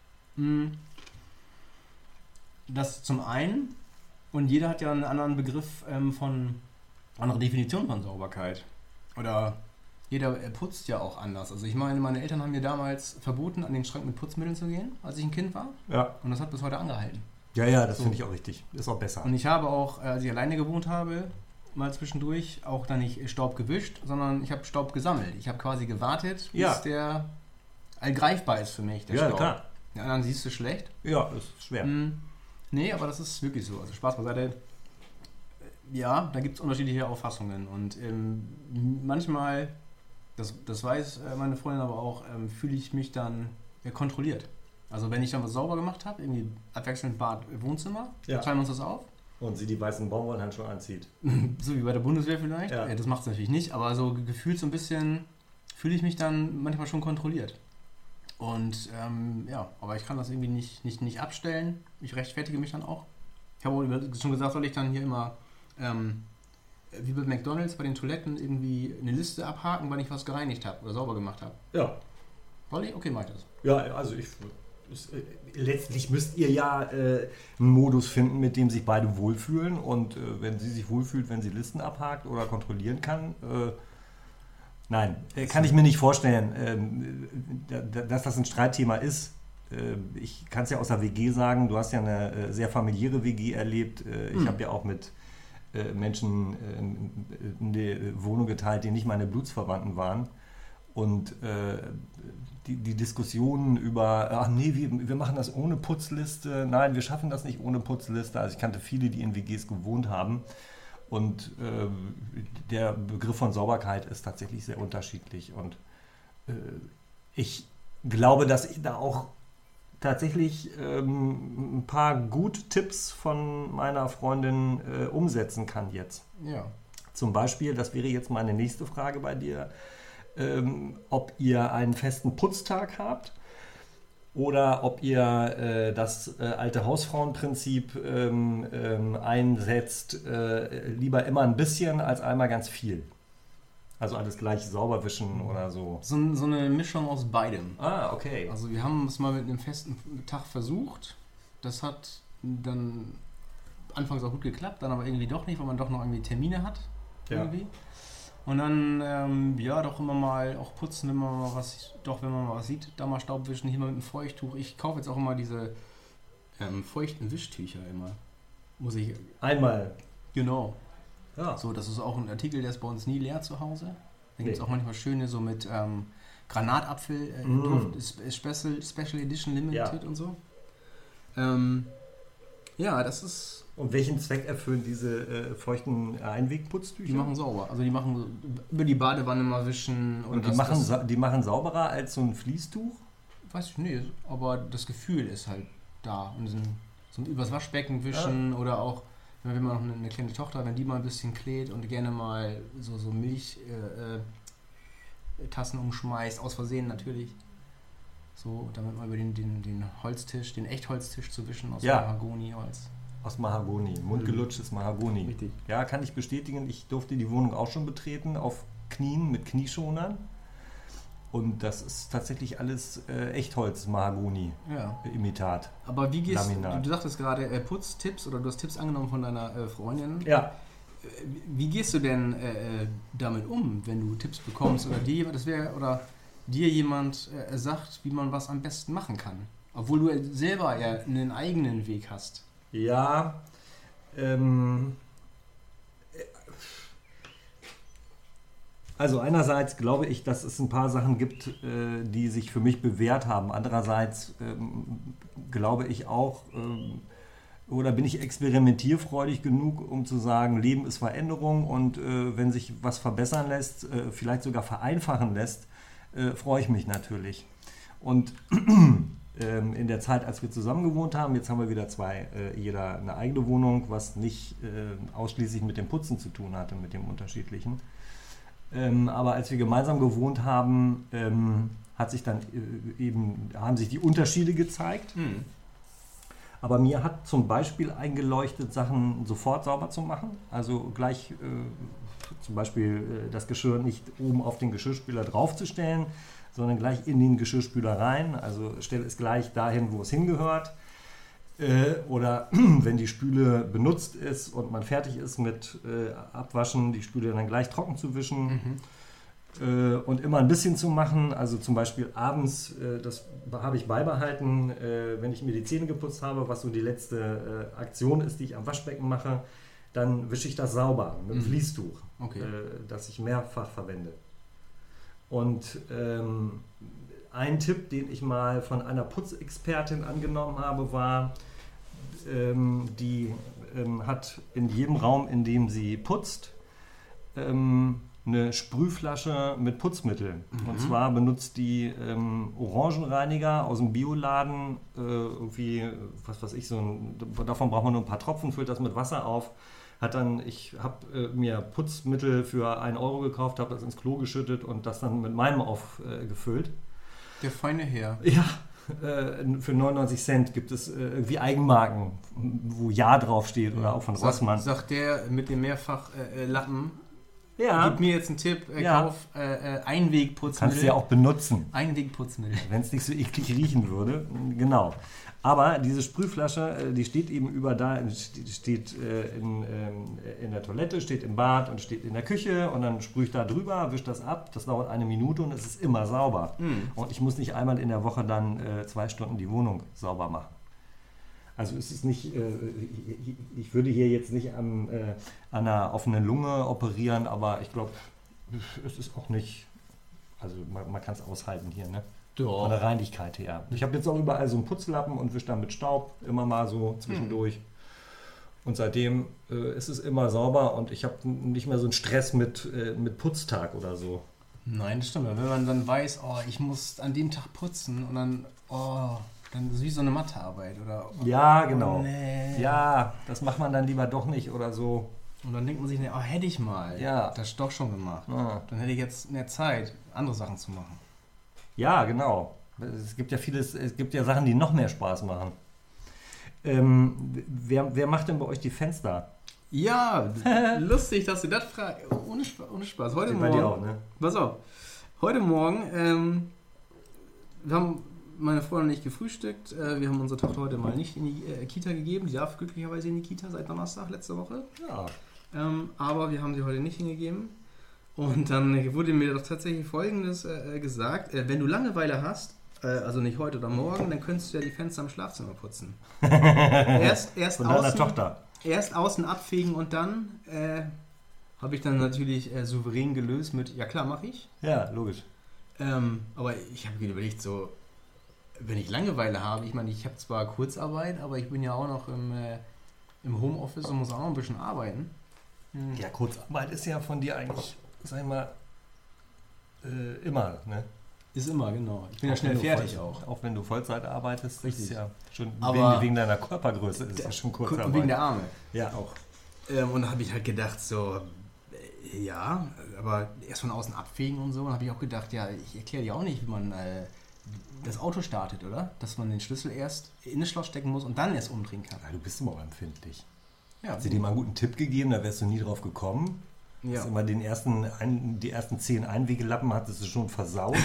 Das zum einen, und jeder hat ja einen anderen Begriff ähm, von, andere Definition von Sauberkeit. Oder jeder äh, putzt ja auch anders. Also ich meine, meine Eltern haben mir damals verboten, an den Schrank mit Putzmitteln zu gehen, als ich ein Kind war. Ja. Und das hat bis heute angehalten. Ja, ja, das So. finde ich auch richtig. Ist auch besser. Und ich habe auch, äh, als ich alleine gewohnt habe, mal zwischendurch, auch dann nicht Staub gewischt, sondern ich habe Staub gesammelt. Ich habe quasi gewartet, bis Ja. der greifbar ist für mich, der Ja, Staub. klar. Die anderen siehst du schlecht. Ja, ist schwer. Hm, nee, aber das ist wirklich so. Also Spaß beiseite. Ja, da gibt es unterschiedliche Auffassungen. Und ähm, manchmal, das, das weiß äh, meine Freundin aber auch, ähm, fühle ich mich dann äh, kontrolliert. Also wenn ich dann was sauber gemacht habe, irgendwie abwechselnd Bad, Wohnzimmer, Ja. teilen wir uns das auf. Und sie die weißen Baumwollhandschuhe anzieht. So wie bei der Bundeswehr vielleicht. Ja. Ja, das macht es natürlich nicht, aber so gefühlt so ein bisschen fühle ich mich dann manchmal schon kontrolliert. Und ähm, ja, aber ich kann das irgendwie nicht, nicht, nicht abstellen. Ich rechtfertige mich dann auch. Ich habe auch schon gesagt, soll ich dann hier immer ähm, wie bei McDonalds bei den Toiletten irgendwie eine Liste abhaken, wann ich was gereinigt habe oder sauber gemacht habe. Ja. Soll ich? Okay, mach ich das. Ja, also ich... Es, äh, letztlich müsst ihr ja äh, einen Modus finden, mit dem sich beide wohlfühlen. Und äh, wenn sie sich wohlfühlt, wenn sie Listen abhakt oder kontrollieren kann... Äh, Nein, äh, kann ich mir nicht vorstellen, ähm, da, da, dass das ein Streitthema ist. Äh, ich kann es ja aus der W G sagen, du hast ja eine äh, sehr familiäre W G erlebt. Äh, ich Mhm. habe ja auch mit äh, Menschen äh, eine Wohnung geteilt, die nicht meine Blutsverwandten waren. Und äh, die, die Diskussionen über, ach nee, wir, wir machen das ohne Putzliste. Nein, wir schaffen das nicht ohne Putzliste. Also ich kannte viele, die in W Gs gewohnt haben. Und äh, der Begriff von Sauberkeit ist tatsächlich sehr unterschiedlich. Und äh, ich glaube, dass ich da auch tatsächlich ähm, ein paar gute Tipps von meiner Freundin äh, umsetzen kann jetzt. Ja. Zum Beispiel, das wäre jetzt meine nächste Frage bei dir, ähm, ob ihr einen festen Putztag habt. Oder ob ihr äh, das äh, alte Hausfrauenprinzip ähm, ähm, einsetzt, äh, lieber immer ein bisschen als einmal ganz viel. Also alles gleich sauber wischen oder so. So, so eine Mischung aus beidem. Ah, okay. Also wir haben es mal mit einem festen Tag versucht. Das hat dann anfangs auch gut geklappt, dann aber irgendwie doch nicht, weil man doch noch irgendwie Termine hat. Irgendwie. Ja. Und dann, ähm, ja, doch immer mal auch putzen, wenn man mal was, doch wenn man mal was sieht, da mal Staub wischen, hier mal mit einem Feuchttuch. Ich kaufe jetzt auch immer diese ähm, feuchten Wischtücher immer. Muss ich... Einmal. Genau. Ja. So, das ist auch ein Artikel, der ist bei uns nie leer zu Hause. Da Nee. gibt es auch manchmal schöne, so mit ähm, Granatapfel, äh, Mm. Duft, ist- ist Special, Special Edition Limited Ja. und so. Ähm, ja, das ist... Und welchen Zweck erfüllen diese äh, feuchten Einwegputztücher? Die machen sauber. Also die machen so über die Badewanne mal wischen. Oder Und die, das, machen, das, sa- die machen sauberer als so ein Fließtuch? weiß ich nicht, aber das Gefühl ist halt da. Und so, ein, so ein übers Waschbecken wischen oder auch, wenn man noch eine, eine kleine Tochter hat, wenn die mal ein bisschen kläht und gerne mal so, so Milchtassen äh, äh, Tassen umschmeißt, aus Versehen natürlich. So, damit mal über den, den, den Holztisch, den Echtholztisch zu wischen aus Ja. Mahagoni-Holz. Aus Mahagoni, mundgelutschtes Mahagoni. Richtig. Ja, kann ich bestätigen. Ich durfte die Wohnung auch schon betreten, auf Knien mit Knieschonern. Und das ist tatsächlich alles äh, Echtholz-Mahagoni-Imitat. Ja. Aber wie gehst Laminat. du, du sagtest gerade äh, Putztipps oder du hast Tipps angenommen von deiner äh, Freundin. Ja. Äh, Wie gehst du denn äh, äh, damit um, wenn du Tipps bekommst oder dir jemand, das wäre oder dir jemand äh, sagt, wie man was am besten machen kann? Obwohl du selber ja einen eigenen Weg hast. Ja, ähm, also einerseits glaube ich, dass es ein paar Sachen gibt, äh, die sich für mich bewährt haben. Andererseits ähm, glaube ich auch, ähm, oder bin ich experimentierfreudig genug, um zu sagen, Leben ist Veränderung und äh, wenn sich was verbessern lässt, äh, vielleicht sogar vereinfachen lässt, äh, freue ich mich natürlich. Und ähm, in der Zeit, als wir zusammen gewohnt haben, jetzt haben wir wieder zwei, äh, jeder eine eigene Wohnung, was nicht äh, ausschließlich mit dem Putzen zu tun hatte, mit dem Unterschiedlichen. Ähm, aber als wir gemeinsam gewohnt haben, ähm, hat sich dann äh, eben, haben sich die Unterschiede gezeigt. Mhm. Aber mir hat zum Beispiel eingeleuchtet, Sachen sofort sauber zu machen. Also gleich äh, zum Beispiel äh, das Geschirr nicht oben auf den Geschirrspüler draufzustellen, sondern gleich in den Geschirrspüler rein. Also stelle es gleich dahin, wo es hingehört. Äh, oder wenn die Spüle benutzt ist und man fertig ist mit äh, Abwaschen, die Spüle dann gleich trocken zu wischen. Mhm. Und immer ein bisschen zu machen, also zum Beispiel abends, äh, das habe ich beibehalten, äh, wenn ich mir die Zähne geputzt habe, was so die letzte äh, Aktion ist, die ich am Waschbecken mache, dann wische ich das sauber mit dem mhm. Fließtuch, okay. äh, das ich mehrfach verwende. Und ähm, ein Tipp, den ich mal von einer Putzexpertin angenommen habe, war, ähm, die ähm, hat in jedem Raum, in dem sie putzt, ähm, eine Sprühflasche mit Putzmittel. Mhm. Und zwar benutzt die ähm, Orangenreiniger aus dem Bioladen, äh, irgendwie, was weiß ich, so ein, davon braucht man nur ein paar Tropfen, füllt das mit Wasser auf. Hat dann, ich habe äh, mir Putzmittel für einen Euro gekauft, habe das ins Klo geschüttet und das dann mit meinem aufgefüllt. Äh, Der feine Herr. Ja, äh, für neunundneunzig Cent gibt es äh, irgendwie Eigenmarken, wo Ja draufsteht oder auch von Rossmann. Sagt der mit dem Mehrfach-Lappen, äh, ja. Gib mir jetzt einen Tipp, äh, ja. kauf äh, Einwegputzmittel. Kannst du ja auch benutzen. Einwegputzmittel. Wenn es nicht so eklig riechen würde. Genau. Aber diese Sprühflasche, die steht eben über da, steht in, in der Toilette, steht im Bad und steht in der Küche und dann sprühe ich da drüber, wische das ab. Das dauert eine Minute und es ist immer sauber. Mm. Und ich muss nicht einmal in der Woche dann zwei Stunden die Wohnung sauber machen. Also es ist nicht, äh, ich würde hier jetzt nicht an, äh, an einer offenen Lunge operieren, aber ich glaube, es ist auch nicht, also man, man kann es aushalten hier, ne? Doch. Von der Reinlichkeit her. Ich habe jetzt auch überall so einen Putzlappen und wische dann mit Staub immer mal so zwischendurch. Mhm. Und seitdem äh, ist es immer sauber und ich habe nicht mehr so einen Stress mit, äh, mit Putztag oder so. Nein, das stimmt. Wenn man dann weiß, oh, ich muss an dem Tag putzen und dann, oh... Dann ist es wie so eine Mathearbeit, oder? Ja, genau. Oh, nee. Ja, das macht man dann lieber doch nicht oder so. Und dann denkt man sich, oh, hätte ich mal. Ja. Das ist doch schon gemacht. Ja. Dann hätte ich jetzt mehr Zeit, andere Sachen zu machen. Ja, genau. Es gibt ja vieles, es gibt ja Sachen, die noch mehr Spaß machen. Ähm, wer, wer macht denn bei euch die Fenster? Ja, lustig, dass du das fragst. Ohne, ohne Spaß. Heute Steht Morgen. Bei dir auch, ne? Pass auf. Heute Morgen, ähm, wir haben meine Freundin und ich gefrühstückt. Wir haben unsere Tochter heute mal nicht in die äh, Kita gegeben. Die darf glücklicherweise in die Kita seit Donnerstag, letzte Woche. Ja. Ähm, aber wir haben sie heute nicht hingegeben. Und dann wurde mir doch tatsächlich Folgendes äh, gesagt. Äh, wenn du Langeweile hast, äh, also nicht heute oder morgen, dann könntest du ja die Fenster im Schlafzimmer putzen. erst, erst, Von deiner außen, Tochter. erst außen abfegen und dann äh, habe ich dann natürlich äh, souverän gelöst mit, ja klar, mache ich. Ja, logisch. Ähm, aber ich habe mir überlegt, so, wenn ich Langeweile habe, ich meine, ich habe zwar Kurzarbeit, aber ich bin ja auch noch im, äh, im Homeoffice und muss auch noch ein bisschen arbeiten. Hm. Ja, Kurzarbeit ist ja von dir eigentlich, sag ich mal, äh, immer, ne? Ist immer, genau. Ich bin auch ja schnell fertig auch. Auch wenn du Vollzeit arbeitest, richtig. Ist ja schon aber wegen, wegen deiner Körpergröße ist es ja schon Kurzarbeit. Wegen der Arme. Ja, auch. Ähm, und da habe ich halt gedacht, so, äh, ja, aber erst von außen abfegen und so. Und habe ich auch gedacht, ja, ich erkläre dir auch nicht, wie man äh, das Auto startet, oder? Dass man den Schlüssel erst in das Schloss stecken muss und dann erst umdrehen kann. Ja, du bist immer auch empfindlich. Ja, hat sie dir mal einen guten Tipp gegeben, da wärst du nie drauf gekommen. Ja. Dass immer den ersten, ein, die ersten zehn Einwegelappen hattest du schon versaut.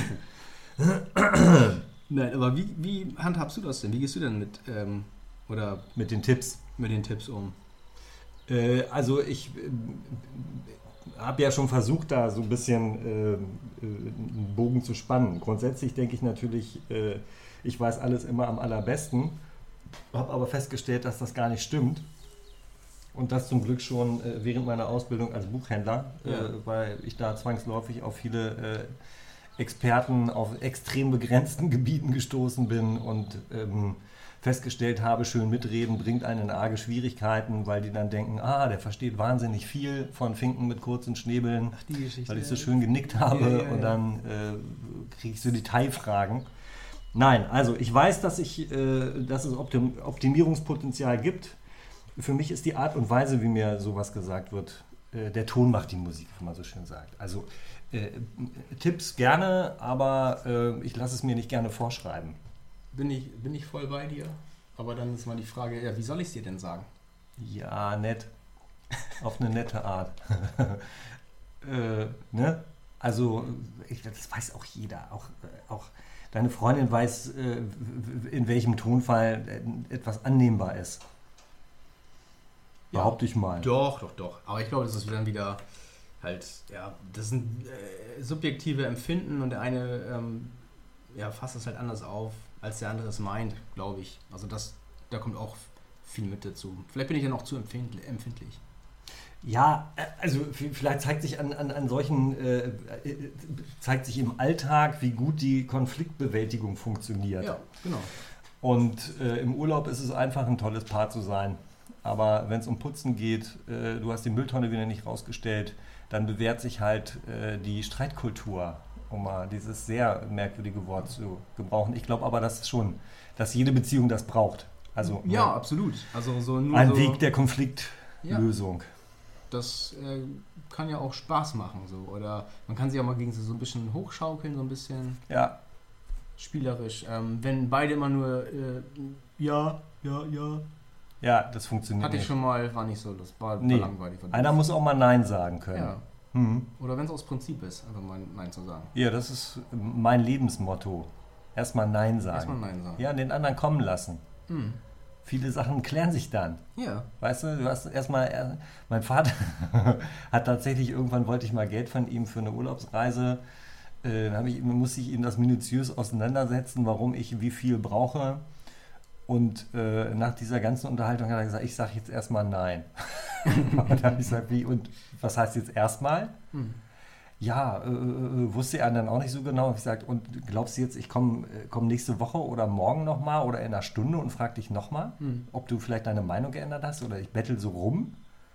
Nein, aber wie, wie handhabst du das denn? Wie gehst du denn mit, ähm, oder mit den Tipps? Mit den Tipps um? Äh, also ich äh, habe ja schon versucht, da so ein bisschen äh, einen Bogen zu spannen. Grundsätzlich denke ich natürlich, äh, ich weiß alles immer am allerbesten, habe aber festgestellt, dass das gar nicht stimmt. Und das zum Glück schon äh, während meiner Ausbildung als Buchhändler, ja. äh, weil ich da zwangsläufig auf viele äh, Experten auf extrem begrenzten Gebieten gestoßen bin und ähm, festgestellt habe, schön mitreden bringt einen in arge Schwierigkeiten, weil die dann denken, ah, der versteht wahnsinnig viel von Finken mit kurzen Schnäbeln, Ach, die Geschichte, weil ich so ja. schön genickt habe Ja, ja, ja. und dann äh, kriege ich so Detailfragen. Nein, also ich weiß, dass, ich, äh, dass es Optim- Optimierungspotenzial gibt. Für mich ist die Art und Weise, wie mir sowas gesagt wird, äh, der Ton macht die Musik, wie man so schön sagt. Also äh, Tipps gerne, aber äh, ich lasse es mir nicht gerne vorschreiben. Bin ich, bin ich voll bei dir. Aber dann ist mal die Frage, ja, wie soll ich es dir denn sagen? Ja, nett. Auf eine nette Art. äh, ne? Also, ich, das weiß auch jeder. Auch, äh, auch deine Freundin weiß, äh, in welchem Tonfall äh, etwas annehmbar ist. Ja, Behaupte ich mal. Doch, doch, doch. Aber ich glaube, das ist dann wieder halt, ja, das sind äh, subjektive Empfinden und der eine ähm, ja, fasst es halt anders auf, als der andere es meint, glaube ich. Also das, da kommt auch viel mit dazu. Vielleicht bin ich dann auch zu empfindlich. empfindlich. Ja, also vielleicht zeigt sich an, an, an solchen, äh, zeigt sich im Alltag, wie gut die Konfliktbewältigung funktioniert. Ja, genau. Und äh, im Urlaub ist es einfach, ein tolles Paar zu sein. Aber wenn es um Putzen geht, äh, du hast die Mülltonne wieder nicht rausgestellt, dann bewährt sich halt äh, die Streitkultur, um mal dieses sehr merkwürdige Wort zu gebrauchen. Ich glaube aber, dass schon, dass jede Beziehung das braucht. Also Ja, ne, absolut. Also so nur ein so, Weg der Konfliktlösung. das äh, kann ja auch Spaß machen. So. Oder man kann sich auch mal gegen so ein bisschen hochschaukeln, so ein bisschen Ja, spielerisch. Ähm, wenn beide immer nur äh, ja, ja, ja. ja, das funktioniert Hatte ich nicht. schon mal, war nicht so, das war, Nee. war langweilig. War Einer muss auch mal Nein sagen können. Ja. Mhm. Oder wenn es aus Prinzip ist, einfach mal Nein zu sagen. Ja, das ist mein Lebensmotto. Erstmal Nein sagen. Erstmal Nein sagen. Ja, den anderen kommen lassen. Hm. Viele Sachen klären sich dann. Ja. Weißt du, du hast erstmal, mein Vater hat tatsächlich, irgendwann wollte ich mal Geld von ihm für eine Urlaubsreise. Äh, dann hab ich, musste ich ihm das minutiös auseinandersetzen, warum ich wie viel brauche. Und äh, nach dieser ganzen Unterhaltung hat er gesagt, ich sage jetzt erstmal Nein. Und dann habe ich gesagt, wie, und was heißt jetzt erstmal? Hm. Ja, äh, äh, wusste er dann auch nicht so genau. Ich gesagt, und glaubst du jetzt, ich komme komm nächste Woche oder morgen nochmal oder in einer Stunde und frage dich nochmal, Hm. ob du vielleicht deine Meinung geändert hast oder ich bettel so rum?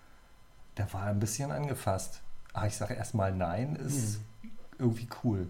Der war ein bisschen angefasst. Ach, ich sage erstmal Nein, ist Hm. irgendwie cool.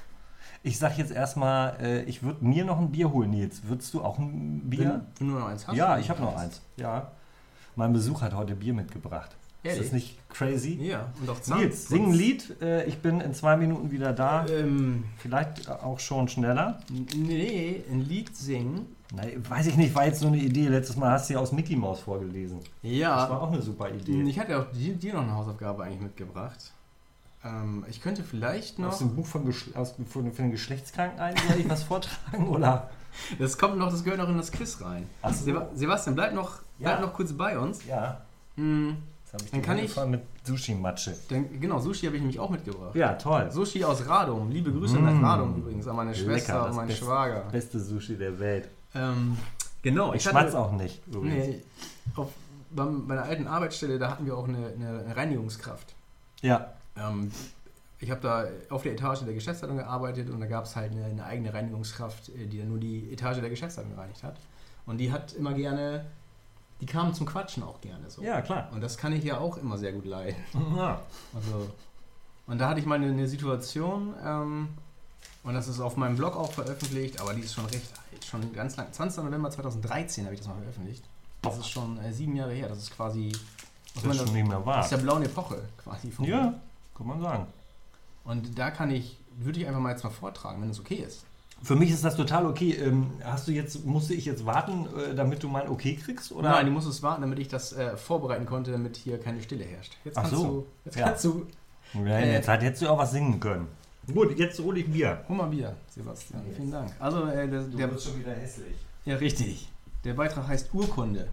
Ich sage jetzt erstmal, äh, ich würde mir noch ein Bier holen, Nils. Würdest du auch ein Bier? Wenn, wenn du noch eins hast? Ja, dann ich habe noch eins. eins. Ja. Mein Besuch hat heute Bier mitgebracht. Ehrlich? Ist das nicht crazy? Ja, und auch Zahn. Nils, sing ein Lied. Äh, ich bin in zwei Minuten wieder da. Ähm, Vielleicht auch schon schneller. nee, ein Lied singen. Nein, weiß ich nicht, war jetzt so eine Idee. Letztes Mal hast du ja aus Mickey Mouse vorgelesen. Das war Ja, auch eine super Idee. ich hatte auch dir, dir noch eine Hausaufgabe eigentlich mitgebracht. Ähm, ich könnte vielleicht noch... Aus dem Buch von, Geschle- aus, von, von den Geschlechtskranken ein, soll ich was vortragen? Oder? Das kommt noch, das gehört noch in das Quiz rein. Ach so. Seba- Sebastian, bleib noch, bleib Ja. noch kurz bei uns. Ja, Hm, jetzt habe ich Dann die kann Hände ich- voll mit Sushi-Matsche. denn, genau, Sushi habe ich nämlich auch mitgebracht. Ja, toll. Sushi aus Radom. Liebe Grüße Mm. nach Radom übrigens, an meine Schwester Lecker, und das meinen Beste. Schwager. Beste Sushi der Welt. Ähm, genau, Ich hatte- schmatz auch nicht. übrigens. Nee, auf, beim, bei der alten Arbeitsstelle, da hatten wir auch eine, eine, eine Reinigungskraft. Ja, Ähm, ich habe da auf der Etage der Geschäftsleitung gearbeitet und da gab es halt eine, eine eigene Reinigungskraft, äh, die dann nur die Etage der Geschäftsleitung gereinigt hat. Und die hat immer gerne, die kamen zum Quatschen auch gerne so. ja, klar. Und das kann ich ja auch immer sehr gut leiden. Ja. Also, und da hatte ich mal eine, eine Situation, ähm, und das ist auf meinem Blog auch veröffentlicht, aber die ist schon recht alt, schon ganz lang. zwanzigster November zweitausenddreizehn habe ich das mal veröffentlicht. Das ist schon äh, sieben Jahre her, das ist quasi aus, Das ist schon nicht mehr wahr. aus der blauen Epoche quasi. Von Ja, kann man sagen. Und da kann ich, würde ich einfach mal jetzt mal vortragen, wenn es okay ist. Für mich ist das total okay. Ähm, hast du jetzt, musste ich jetzt warten, äh, damit du mein Okay kriegst? Oder? Nein, du musst es warten, damit ich das äh, vorbereiten konnte, damit hier keine Stille herrscht. Jetzt Ach kannst so. du, jetzt Ja. kannst du, Ja, Äh, jetzt hättest du auch was singen können. Gut, jetzt hole ich Bier. hol mal Bier, Sebastian. Vielen Dank. Also, äh, der, der, schon wieder hässlich. ja richtig. Der Beitrag heißt Urkunde.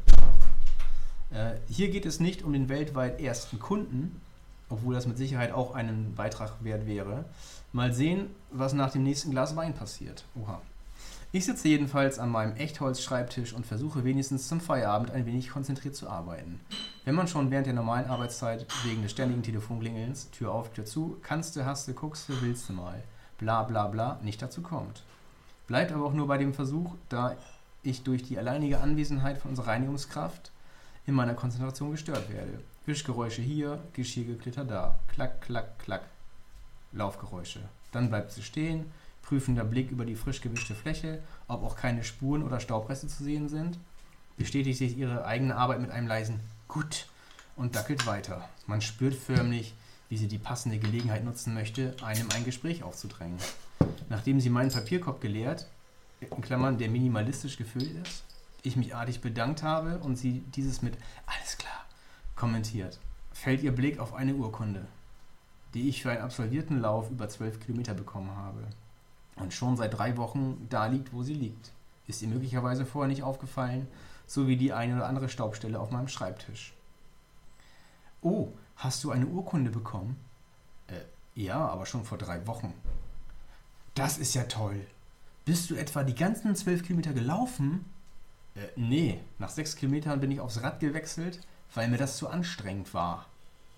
Äh, hier geht es nicht um den weltweit ersten Kunden, obwohl das mit Sicherheit auch einen Beitrag wert wäre. Mal sehen, was nach dem nächsten Glas Wein passiert. Oha. Ich sitze jedenfalls an meinem Echtholz-Schreibtisch und versuche wenigstens zum Feierabend ein wenig konzentriert zu arbeiten. Wenn man schon während der normalen Arbeitszeit wegen des ständigen Telefonklingelns, Tür auf, Tür zu, kannste, hasste, guckste, willste mal, bla bla bla, nicht dazu kommt. Bleibt aber auch nur bei dem Versuch, da ich durch die alleinige Anwesenheit von unserer Reinigungskraft in meiner Konzentration gestört werde. Wischgeräusche hier, Geschirrgeklitter da. Klack, klack, klack. Laufgeräusche. Dann bleibt sie stehen, prüfender Blick über die frisch gewischte Fläche, ob auch keine Spuren oder Staubreste zu sehen sind. Bestätigt sich ihre eigene Arbeit mit einem leisen Gut und dackelt weiter. Man spürt förmlich, wie sie die passende Gelegenheit nutzen möchte, einem ein Gespräch aufzudrängen. Nachdem sie meinen Papierkorb geleert, in Klammern, der minimalistisch gefüllt ist, ich mich artig bedankt habe und sie dieses mit alles klar kommentiert, fällt ihr Blick auf eine Urkunde, die ich für einen absolvierten Lauf über zwölf Kilometer bekommen habe und schon seit drei Wochen da liegt, wo sie liegt. Ist ihr möglicherweise vorher nicht aufgefallen, so wie die eine oder andere Staubstelle auf meinem Schreibtisch. Oh, hast du eine Urkunde bekommen? Äh, ja, aber schon vor drei Wochen. Das ist ja toll. Bist du etwa die ganzen zwölf Kilometer gelaufen? Äh, nee, nach sechs Kilometern bin ich aufs Rad gewechselt, weil mir das zu anstrengend war.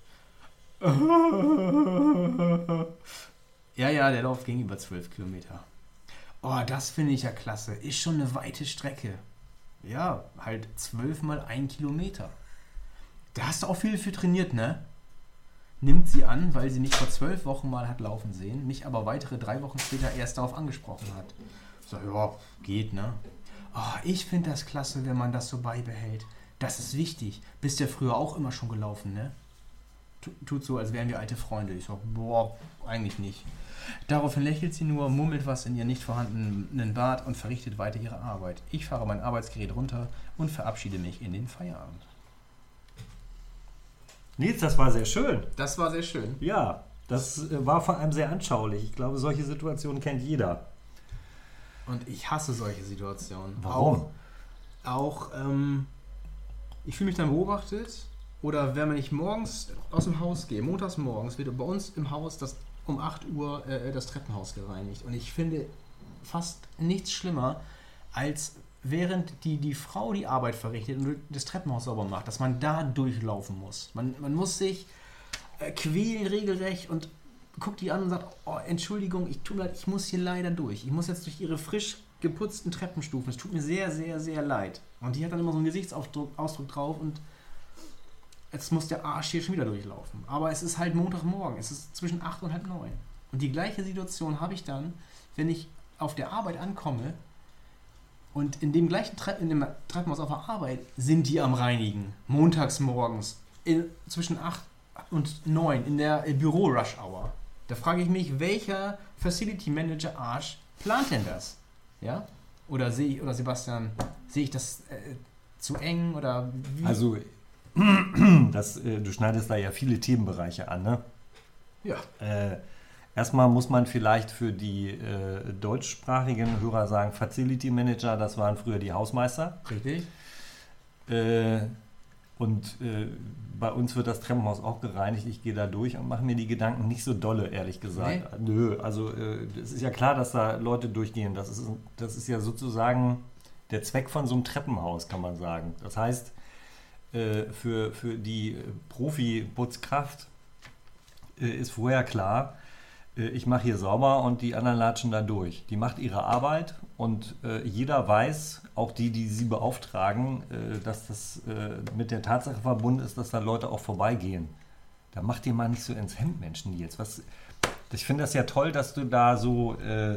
Ja, ja, der Lauf ging über zwölf Kilometer. Oh, das finde ich ja klasse. Ist schon eine weite Strecke. Ja, halt zwölf mal ein Kilometer. Da hast du auch viel für trainiert, ne? Nimmt sie an, weil sie mich vor zwölf Wochen mal hat laufen sehen, mich aber weitere drei Wochen später erst darauf angesprochen hat. So, ja, geht, ne? Oh, ich finde das klasse, wenn man das so beibehält. Das ist wichtig. Bist ja früher auch immer schon gelaufen, ne? Tut so, als wären wir alte Freunde. Ich so, boah, eigentlich nicht. Daraufhin lächelt sie nur, murmelt was in ihr nicht vorhandenen Bart und verrichtet weiter ihre Arbeit. Ich fahre mein Arbeitsgerät runter und verabschiede mich in den Feierabend. Nils, das war sehr schön. Das war sehr schön. Ja, das war vor allem sehr anschaulich. Ich glaube, solche Situationen kennt jeder. Und ich hasse solche Situationen. Warum? Auch, auch ähm, ich fühle mich dann beobachtet. Oder wenn ich morgens aus dem Haus gehe, montags morgens, wird bei uns im Haus das um acht Uhr äh, das Treppenhaus gereinigt. Und ich finde fast nichts schlimmer, als während die, die Frau die Arbeit verrichtet und das Treppenhaus sauber macht, dass man da durchlaufen muss. Man, man muss sich äh, quälen regelrecht und guckt die an und sagt, oh, Entschuldigung, ich, tut mir leid, ich muss hier leider durch. Ich muss jetzt durch ihre frisch geputzten Treppenstufen. Es tut mir sehr, sehr, sehr leid. Und die hat dann immer so einen Gesichtsausdruck Ausdruck drauf und jetzt muss der Arsch hier schon wieder durchlaufen. Aber es ist halt Montagmorgen, es ist zwischen acht und halb neun. Und die gleiche Situation habe ich dann, wenn ich auf der Arbeit ankomme und in dem gleichen Tre- in dem Treppenhaus auf der Arbeit sind die am Reinigen. Montags morgens in, zwischen acht und neun in der Büro-Rush-Hour. Da frage ich mich, welcher Facility Manager Arsch plant denn das? Ja? Oder sehe ich, oder Sebastian, sehe ich das äh, zu eng oder wie? Also Das, äh, du schneidest da ja viele Themenbereiche an, ne? Ja. Äh, erstmal muss man vielleicht für die äh, deutschsprachigen Hörer sagen, Facility Manager, das waren früher die Hausmeister. Richtig. Äh, und äh, bei uns wird das Treppenhaus auch gereinigt. Ich gehe da durch und mache mir die Gedanken nicht so dolle, ehrlich gesagt. Nee. Nö, also äh, es ist ja klar, dass da Leute durchgehen. Das ist, das ist ja sozusagen der Zweck von so einem Treppenhaus, kann man sagen. Das heißt, Für, für die Profi-Putzkraft äh, ist vorher klar, äh, ich mache hier sauber und die anderen latschen da durch. Die macht ihre Arbeit und äh, jeder weiß, auch die, die sie beauftragen, äh, dass das äh, mit der Tatsache verbunden ist, dass da Leute auch vorbeigehen. Da macht ihr mal nicht so ins Hemd, Menschen, Nils. Was, ich finde das ja toll, dass du da so... Äh,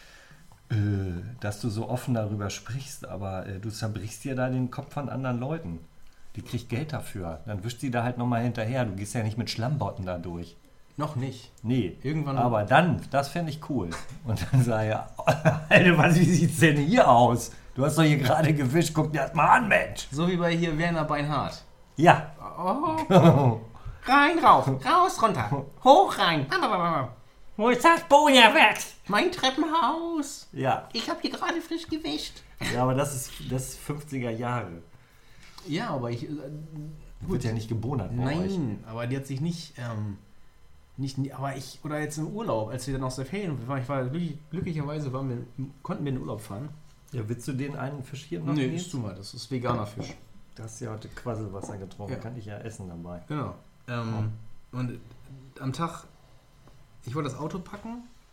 äh, dass du so offen darüber sprichst, aber äh, du zerbrichst dir da den Kopf von anderen Leuten. Die kriegt Geld dafür. Dann wischt sie da halt nochmal hinterher. Du gehst ja nicht mit Schlammbotten da durch. Noch nicht. Nee. Irgendwann. Aber dann, das fände ich cool. Und dann sage ich, Alter, was, wie sieht's denn hier aus? Du hast doch hier gerade gewischt. Guck dir das mal an, Mensch. So wie bei hier Werner Beinhardt. Ja. Oh. Rein, raus. Raus, runter. Hoch, rein. Wo ist das Bojenwerk? Mein Treppenhaus. Ja. Ich habe hier gerade frisch gewischt. Ja, aber das ist, das ist fünfziger Jahre. Ja, aber ich... Äh, Wird ja nicht gebonert bei Nein, euch. aber die hat sich nicht... Ähm, nicht, aber ich... Oder jetzt im Urlaub, als wir dann aus der Ferien waren, ich war glücklich, glücklicherweise waren wir, konnten wir in den Urlaub fahren. Ja, willst du den einen Fisch hier noch? Nee, isst du mal, das ist veganer Fisch. Du hast ja heute Quasselwasser getrunken, Ja. kann ich ja essen dabei. Genau. Ähm, oh. Und am Tag... Ich wollte das Auto packen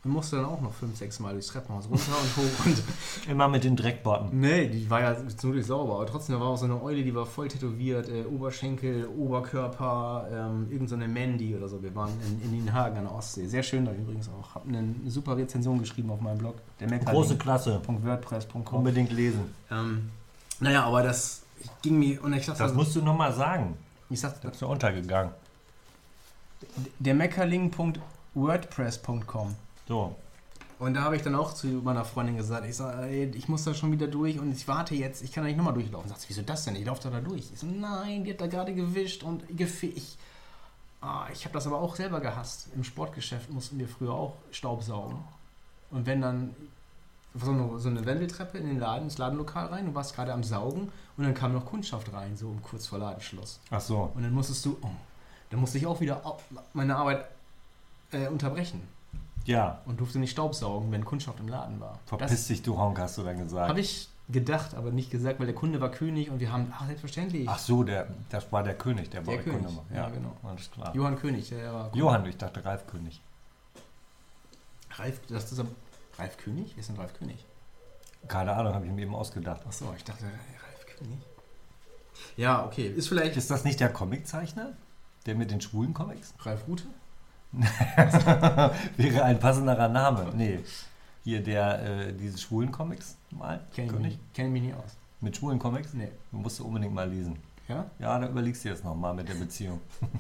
und musste dann auch noch fünf, sechs Mal durchs Treppenhaus runter und hoch. Und immer mit den Dreckbotten. nee, die war ja ziemlich sauber, aber trotzdem, da war auch so eine Eule, die war voll tätowiert, äh, Oberschenkel, Oberkörper, ähm, irgend so eine Mandy oder so. Wir waren in, in Nienhagen an der Ostsee. Sehr schön da übrigens auch. Hab eine super Rezension geschrieben auf meinem Blog. Der Große Klasse. .wordpress punkt com. Unbedingt lesen. Ähm, naja, aber das ging mir, und ich dachte, Das musst du nochmal sagen. ich sagte, Das ist ja untergegangen. der Meckerling punkt wordpress punkt com. So. Und da habe ich dann auch zu meiner Freundin gesagt, ich sage, ich muss da schon wieder durch und ich warte jetzt, ich kann da nicht nochmal durchlaufen. Sagt sie, wieso das denn? Ich laufe da, da durch. Ich so, nein, die hat da gerade gewischt und gefegt. Ich, ah, ich habe das aber auch selber gehasst. Im Sportgeschäft mussten wir früher auch Staubsaugen. Und wenn dann so eine, so eine Wendeltreppe in den Laden, ins Ladenlokal rein, du warst gerade am Saugen und dann kam noch Kundschaft rein, so um kurz vor Ladenschluss. Ach so. Und dann musstest du, oh, dann musste ich auch wieder meine Arbeit äh, unterbrechen. Ja. Und durfte nicht staubsaugen, wenn Kundschaft im Laden war. Verpiss dich, du Honk, hast du dann gesagt. Habe ich gedacht, aber nicht gesagt, weil der Kunde war König und wir haben, ach, selbstverständlich. Ach so, der, das war der König, der, Der bei König, Kunde war. ja, genau. Alles klar. Johann König, der war Kunde. Johann, ich dachte Ralf König. Ralf, das ist ein, Ralf König? Wer ist denn Ralf König? Keine Ahnung, habe ich mir eben ausgedacht. Ach so, ich dachte, Ralf König. Ja, okay. Ist vielleicht Ist das nicht der Comiczeichner? Der mit den schwulen Comics? Ralf Rute? Wäre ein passenderer Name. Nee. Hier der, äh, diese schwulen Comics mal. Kenn ich, mich, kenn ich mich nicht aus. Mit schwulen Comics? Nee. Du musst du unbedingt mal lesen. Ja? Ja, da überlegst du jetzt nochmal mit der Beziehung.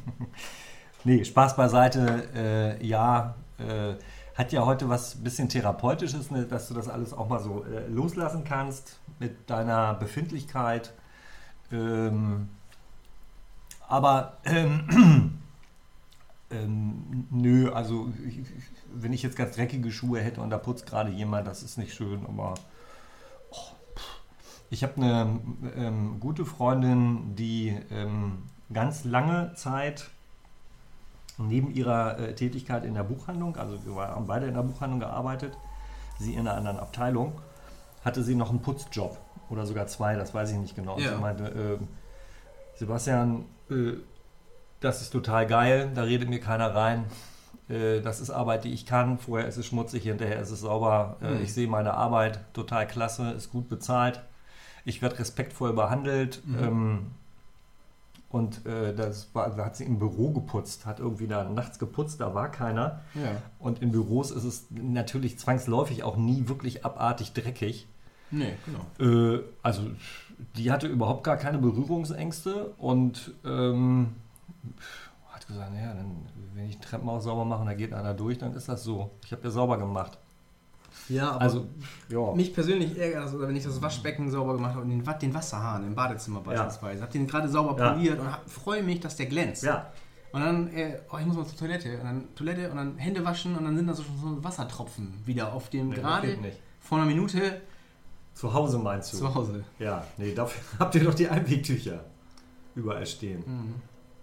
Nee, Spaß beiseite. Äh, ja, äh, hat ja heute was bisschen Therapeutisches, ne, dass du das alles auch mal so äh, loslassen kannst mit deiner Befindlichkeit. Ähm, aber ähm, ähm, nö, also ich, wenn ich jetzt ganz dreckige Schuhe hätte und da putzt gerade jemand, das ist nicht schön, aber oh, ich habe eine ähm, gute Freundin, die ähm, ganz lange Zeit neben ihrer äh, Tätigkeit in der Buchhandlung, also wir haben beide in der Buchhandlung gearbeitet, sie in einer anderen Abteilung, hatte sie noch einen Putzjob oder sogar zwei, das weiß ich nicht genau. Ja. Und sie meinte, äh, Sebastian, äh, das ist total geil, da redet mir keiner rein. Äh, das ist Arbeit, die ich kann. Vorher ist es schmutzig, hinterher ist es sauber. Äh, Mhm. Ich sehe meine Arbeit total klasse, ist gut bezahlt. Ich werde respektvoll behandelt. Mhm. Ähm, und äh, das war, da hat sie im Büro geputzt, hat irgendwie da nachts geputzt, da war keiner. Ja. Und in Büros ist es natürlich zwangsläufig auch nie wirklich abartig dreckig. Nee, genau. Äh, also die hatte überhaupt gar keine Berührungsängste und ähm, hat gesagt, naja, dann, wenn ich ein Treppenhaus sauber mache und da geht einer durch, dann ist das so. Ich habe ja sauber gemacht. Ja, aber Also, ja. mich persönlich ärgert das, oder wenn ich das Waschbecken sauber gemacht habe und den, den Wasserhahn im Badezimmer beispielsweise. Hab den gerade sauber Ja. poliert und freue mich, dass der glänzt. Ja. Und dann, äh, oh, ich muss mal zur Toilette. Und dann Toilette und dann Hände waschen und dann sind da so, so Wassertropfen wieder auf dem Nee, das gerade geht nicht. vor einer Minute Zu Hause meinst du? zu Hause. Ja, nee, dafür habt ihr doch die Einwegtücher überall stehen. Mhm.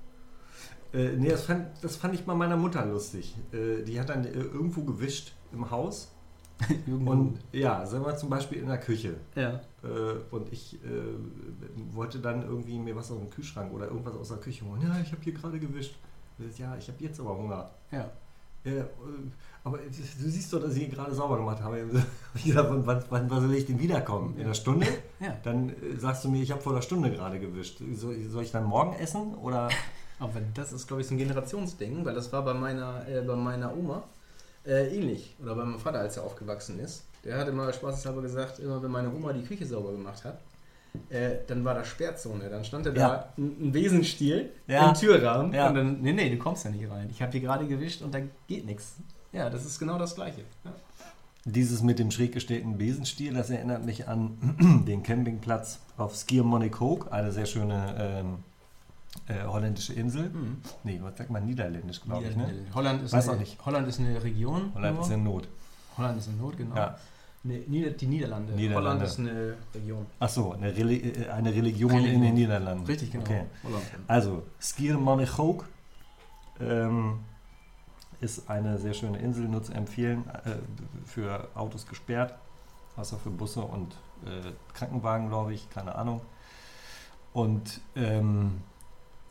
Äh, nee, das fand, das fand ich bei meiner Mutter lustig. Äh, die hat dann äh, irgendwo gewischt im Haus. Und ja, sagen wir zum Beispiel in der Küche. ja. Äh, und ich äh, wollte dann irgendwie mir was aus dem Kühlschrank oder irgendwas aus der Küche holen. Ja, ich habe hier gerade gewischt. Ich so, ja, ich habe jetzt aber Hunger. Ja. Ja, äh, aber du siehst doch, dass ich ihn gerade sauber gemacht habe. Ich gesagt, wann, wann, wann soll ich denn wiederkommen? In einer Stunde? Ja. Dann äh, sagst du mir, ich habe vor einer Stunde gerade gewischt. Soll, soll ich dann morgen essen? Oder? Aber das ist, glaube ich, so ein Generationsding, weil das war bei meiner, äh, bei meiner Oma äh, ähnlich. Oder bei meinem Vater, als er aufgewachsen ist. Der hat immer spaßeshalber gesagt, immer wenn meine Oma die Küche sauber gemacht hat, äh, dann war da Sperrzone. Dann stand da, Ja. da ein, ein Besenstiel Ja. im Türrahmen. Ja. Und dann, nee, nee, du kommst ja nicht rein. Ich habe hier gerade gewischt und da geht nichts. Ja, das ist genau das Gleiche. Ja. Dieses mit dem schräg gestellten Besenstiel, das erinnert mich an den Campingplatz auf Skiermonnikoog, eine sehr schöne ähm, äh, holländische Insel. Mhm. Nee, was sagt man? Niederländisch, glaube ich. Ne? Holland, ist Weiß eine, auch nicht. Holland ist eine Region. Holland nur. ist in Not. Holland ist in Not, genau. Ja. Nee, Nieder die Niederlande. Niederlande. Holland ist eine Region. Ach so, eine, Reli äh, eine Religion, Religion. in den Niederlanden. Richtig, genau. Okay. Holland. Also, Skiermonnikoog ähm, ist eine sehr schöne Insel, nur zu empfehlen, äh, für Autos gesperrt, außer für Busse und äh, Krankenwagen, glaube ich, keine Ahnung. Und ähm,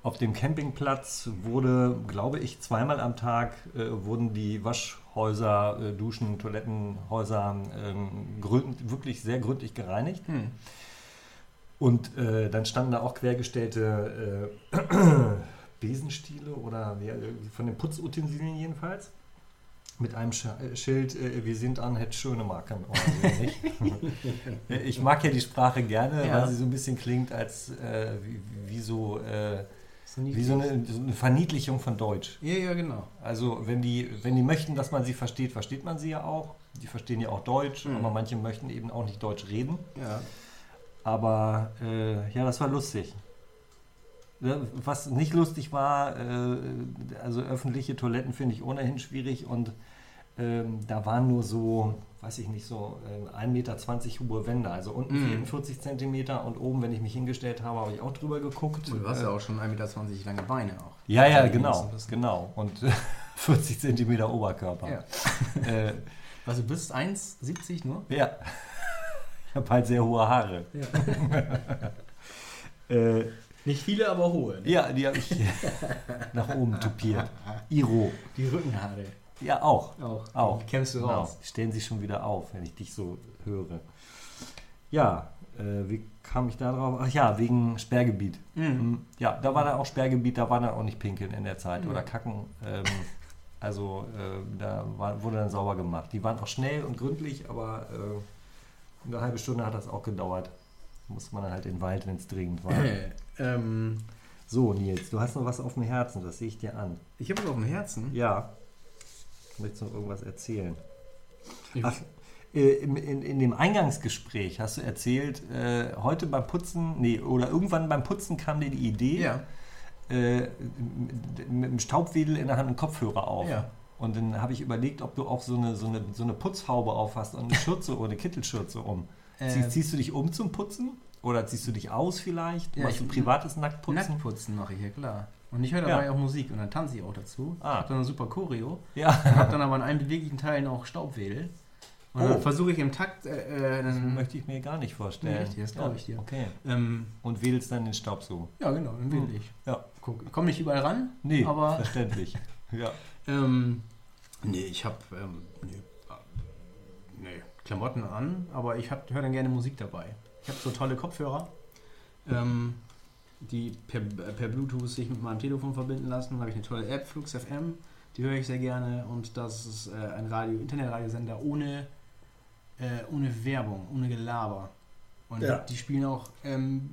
auf dem Campingplatz wurde, glaube ich, zweimal am Tag äh, wurden die Waschhäuser, äh, Duschen, Toilettenhäuser ähm, gründ, wirklich sehr gründlich gereinigt. Hm. Und äh, dann standen da auch quergestellte äh, Besenstiele oder ja, von den Putzutensilien jedenfalls. Mit einem Sch Schild, äh, wir sind an, hätte schöne Marken. Oder so, nicht? Ich mag ja die Sprache gerne, ja. weil sie so ein bisschen klingt, als äh, wie, wie so, äh, so, wie so eine, so eine Verniedlichung von Deutsch. Ja, ja, genau. Also wenn die, wenn die möchten, dass man sie versteht, versteht man sie ja auch. Die verstehen ja auch Deutsch, mhm. aber manche möchten eben auch nicht Deutsch reden. Ja. Aber äh, ja, das war lustig. Was nicht lustig war, äh, also öffentliche Toiletten finde ich ohnehin schwierig und ähm, da waren nur so, weiß ich nicht, so äh, ein Meter zwanzig hohe Wände, also unten mm. vierundvierzig Zentimeter und oben, wenn ich mich hingestellt habe, habe ich auch drüber geguckt. Und du hast äh, ja auch schon ein Meter zwanzig lange Beine auch. Ja, ja, genau, genau und äh, vierzig Zentimeter Oberkörper. Ja. äh, also du bist eins siebzig nur? Ja, ich habe halt sehr hohe Haare. Ja. äh, Nicht viele, aber hohe. Ne? Ja, die habe ich nach oben tupiert. Iro. Die Rückenhaare. Ja, auch. Auch. auch. Die kämmst du genau. raus. Stellen sie schon wieder auf, wenn ich dich so höre. Ja, äh, wie kam ich da drauf? Ach ja, wegen Sperrgebiet. Mhm. Ja, da war dann auch Sperrgebiet, da war dann auch nicht pinkeln in der Zeit mhm. oder kacken. Ähm, also äh, da war, wurde dann sauber gemacht. Die waren auch schnell und gründlich, aber äh, eine halbe Stunde hat das auch gedauert. Muss man halt in den Wald, wenn es dringend war. ähm, so, Nils, du hast noch was auf dem Herzen, das sehe ich dir an. Ich habe was auf dem Herzen? Ja. Möchtest du noch irgendwas erzählen? Ach, äh, in, in, in dem Eingangsgespräch hast du erzählt, äh, heute beim Putzen, nee, oder irgendwann beim Putzen kam dir die Idee, ja. äh, mit, mit dem Staubwedel in der Hand einen Kopfhörer auf. Ja. Und dann habe ich überlegt, ob du auch so eine, so eine, so eine Putzhaube auf hast und eine Schürze oder eine Kittelschürze um. Äh, Ziehst du dich um zum Putzen? Oder ziehst du dich aus vielleicht? Ja, Machst du privates Nacktputzen? Nacktputzen mache ich, ja klar. Und ich höre dabei ja. auch Musik und dann tanze ich auch dazu. Ah. Ich habe dann eine super Choreo. Ja. Und habe dann aber in einem beweglichen Teil auch Staubwedel. Und oh. dann versuche ich im Takt... Äh, das möchte ich mir gar nicht vorstellen. Nee, richtig, das glaube ich dir. Okay. Ähm, und wedelst dann den Staub so? Ja, genau, dann wedel ich. Ja. Guck, ich komme nicht überall ran. Nee, aber verständlich. ja. ähm, nee, ich habe... Ähm, nee, nee, Klamotten an, aber ich höre dann gerne Musik dabei. Ich habe so tolle Kopfhörer, ähm, die per, per Bluetooth sich mit meinem Telefon verbinden lassen. Da habe ich eine tolle App, Flux F M, die höre ich sehr gerne und das ist äh, ein Radio, Internetradiosender ohne, äh, ohne Werbung, ohne Gelaber. Und ja. die spielen auch ähm,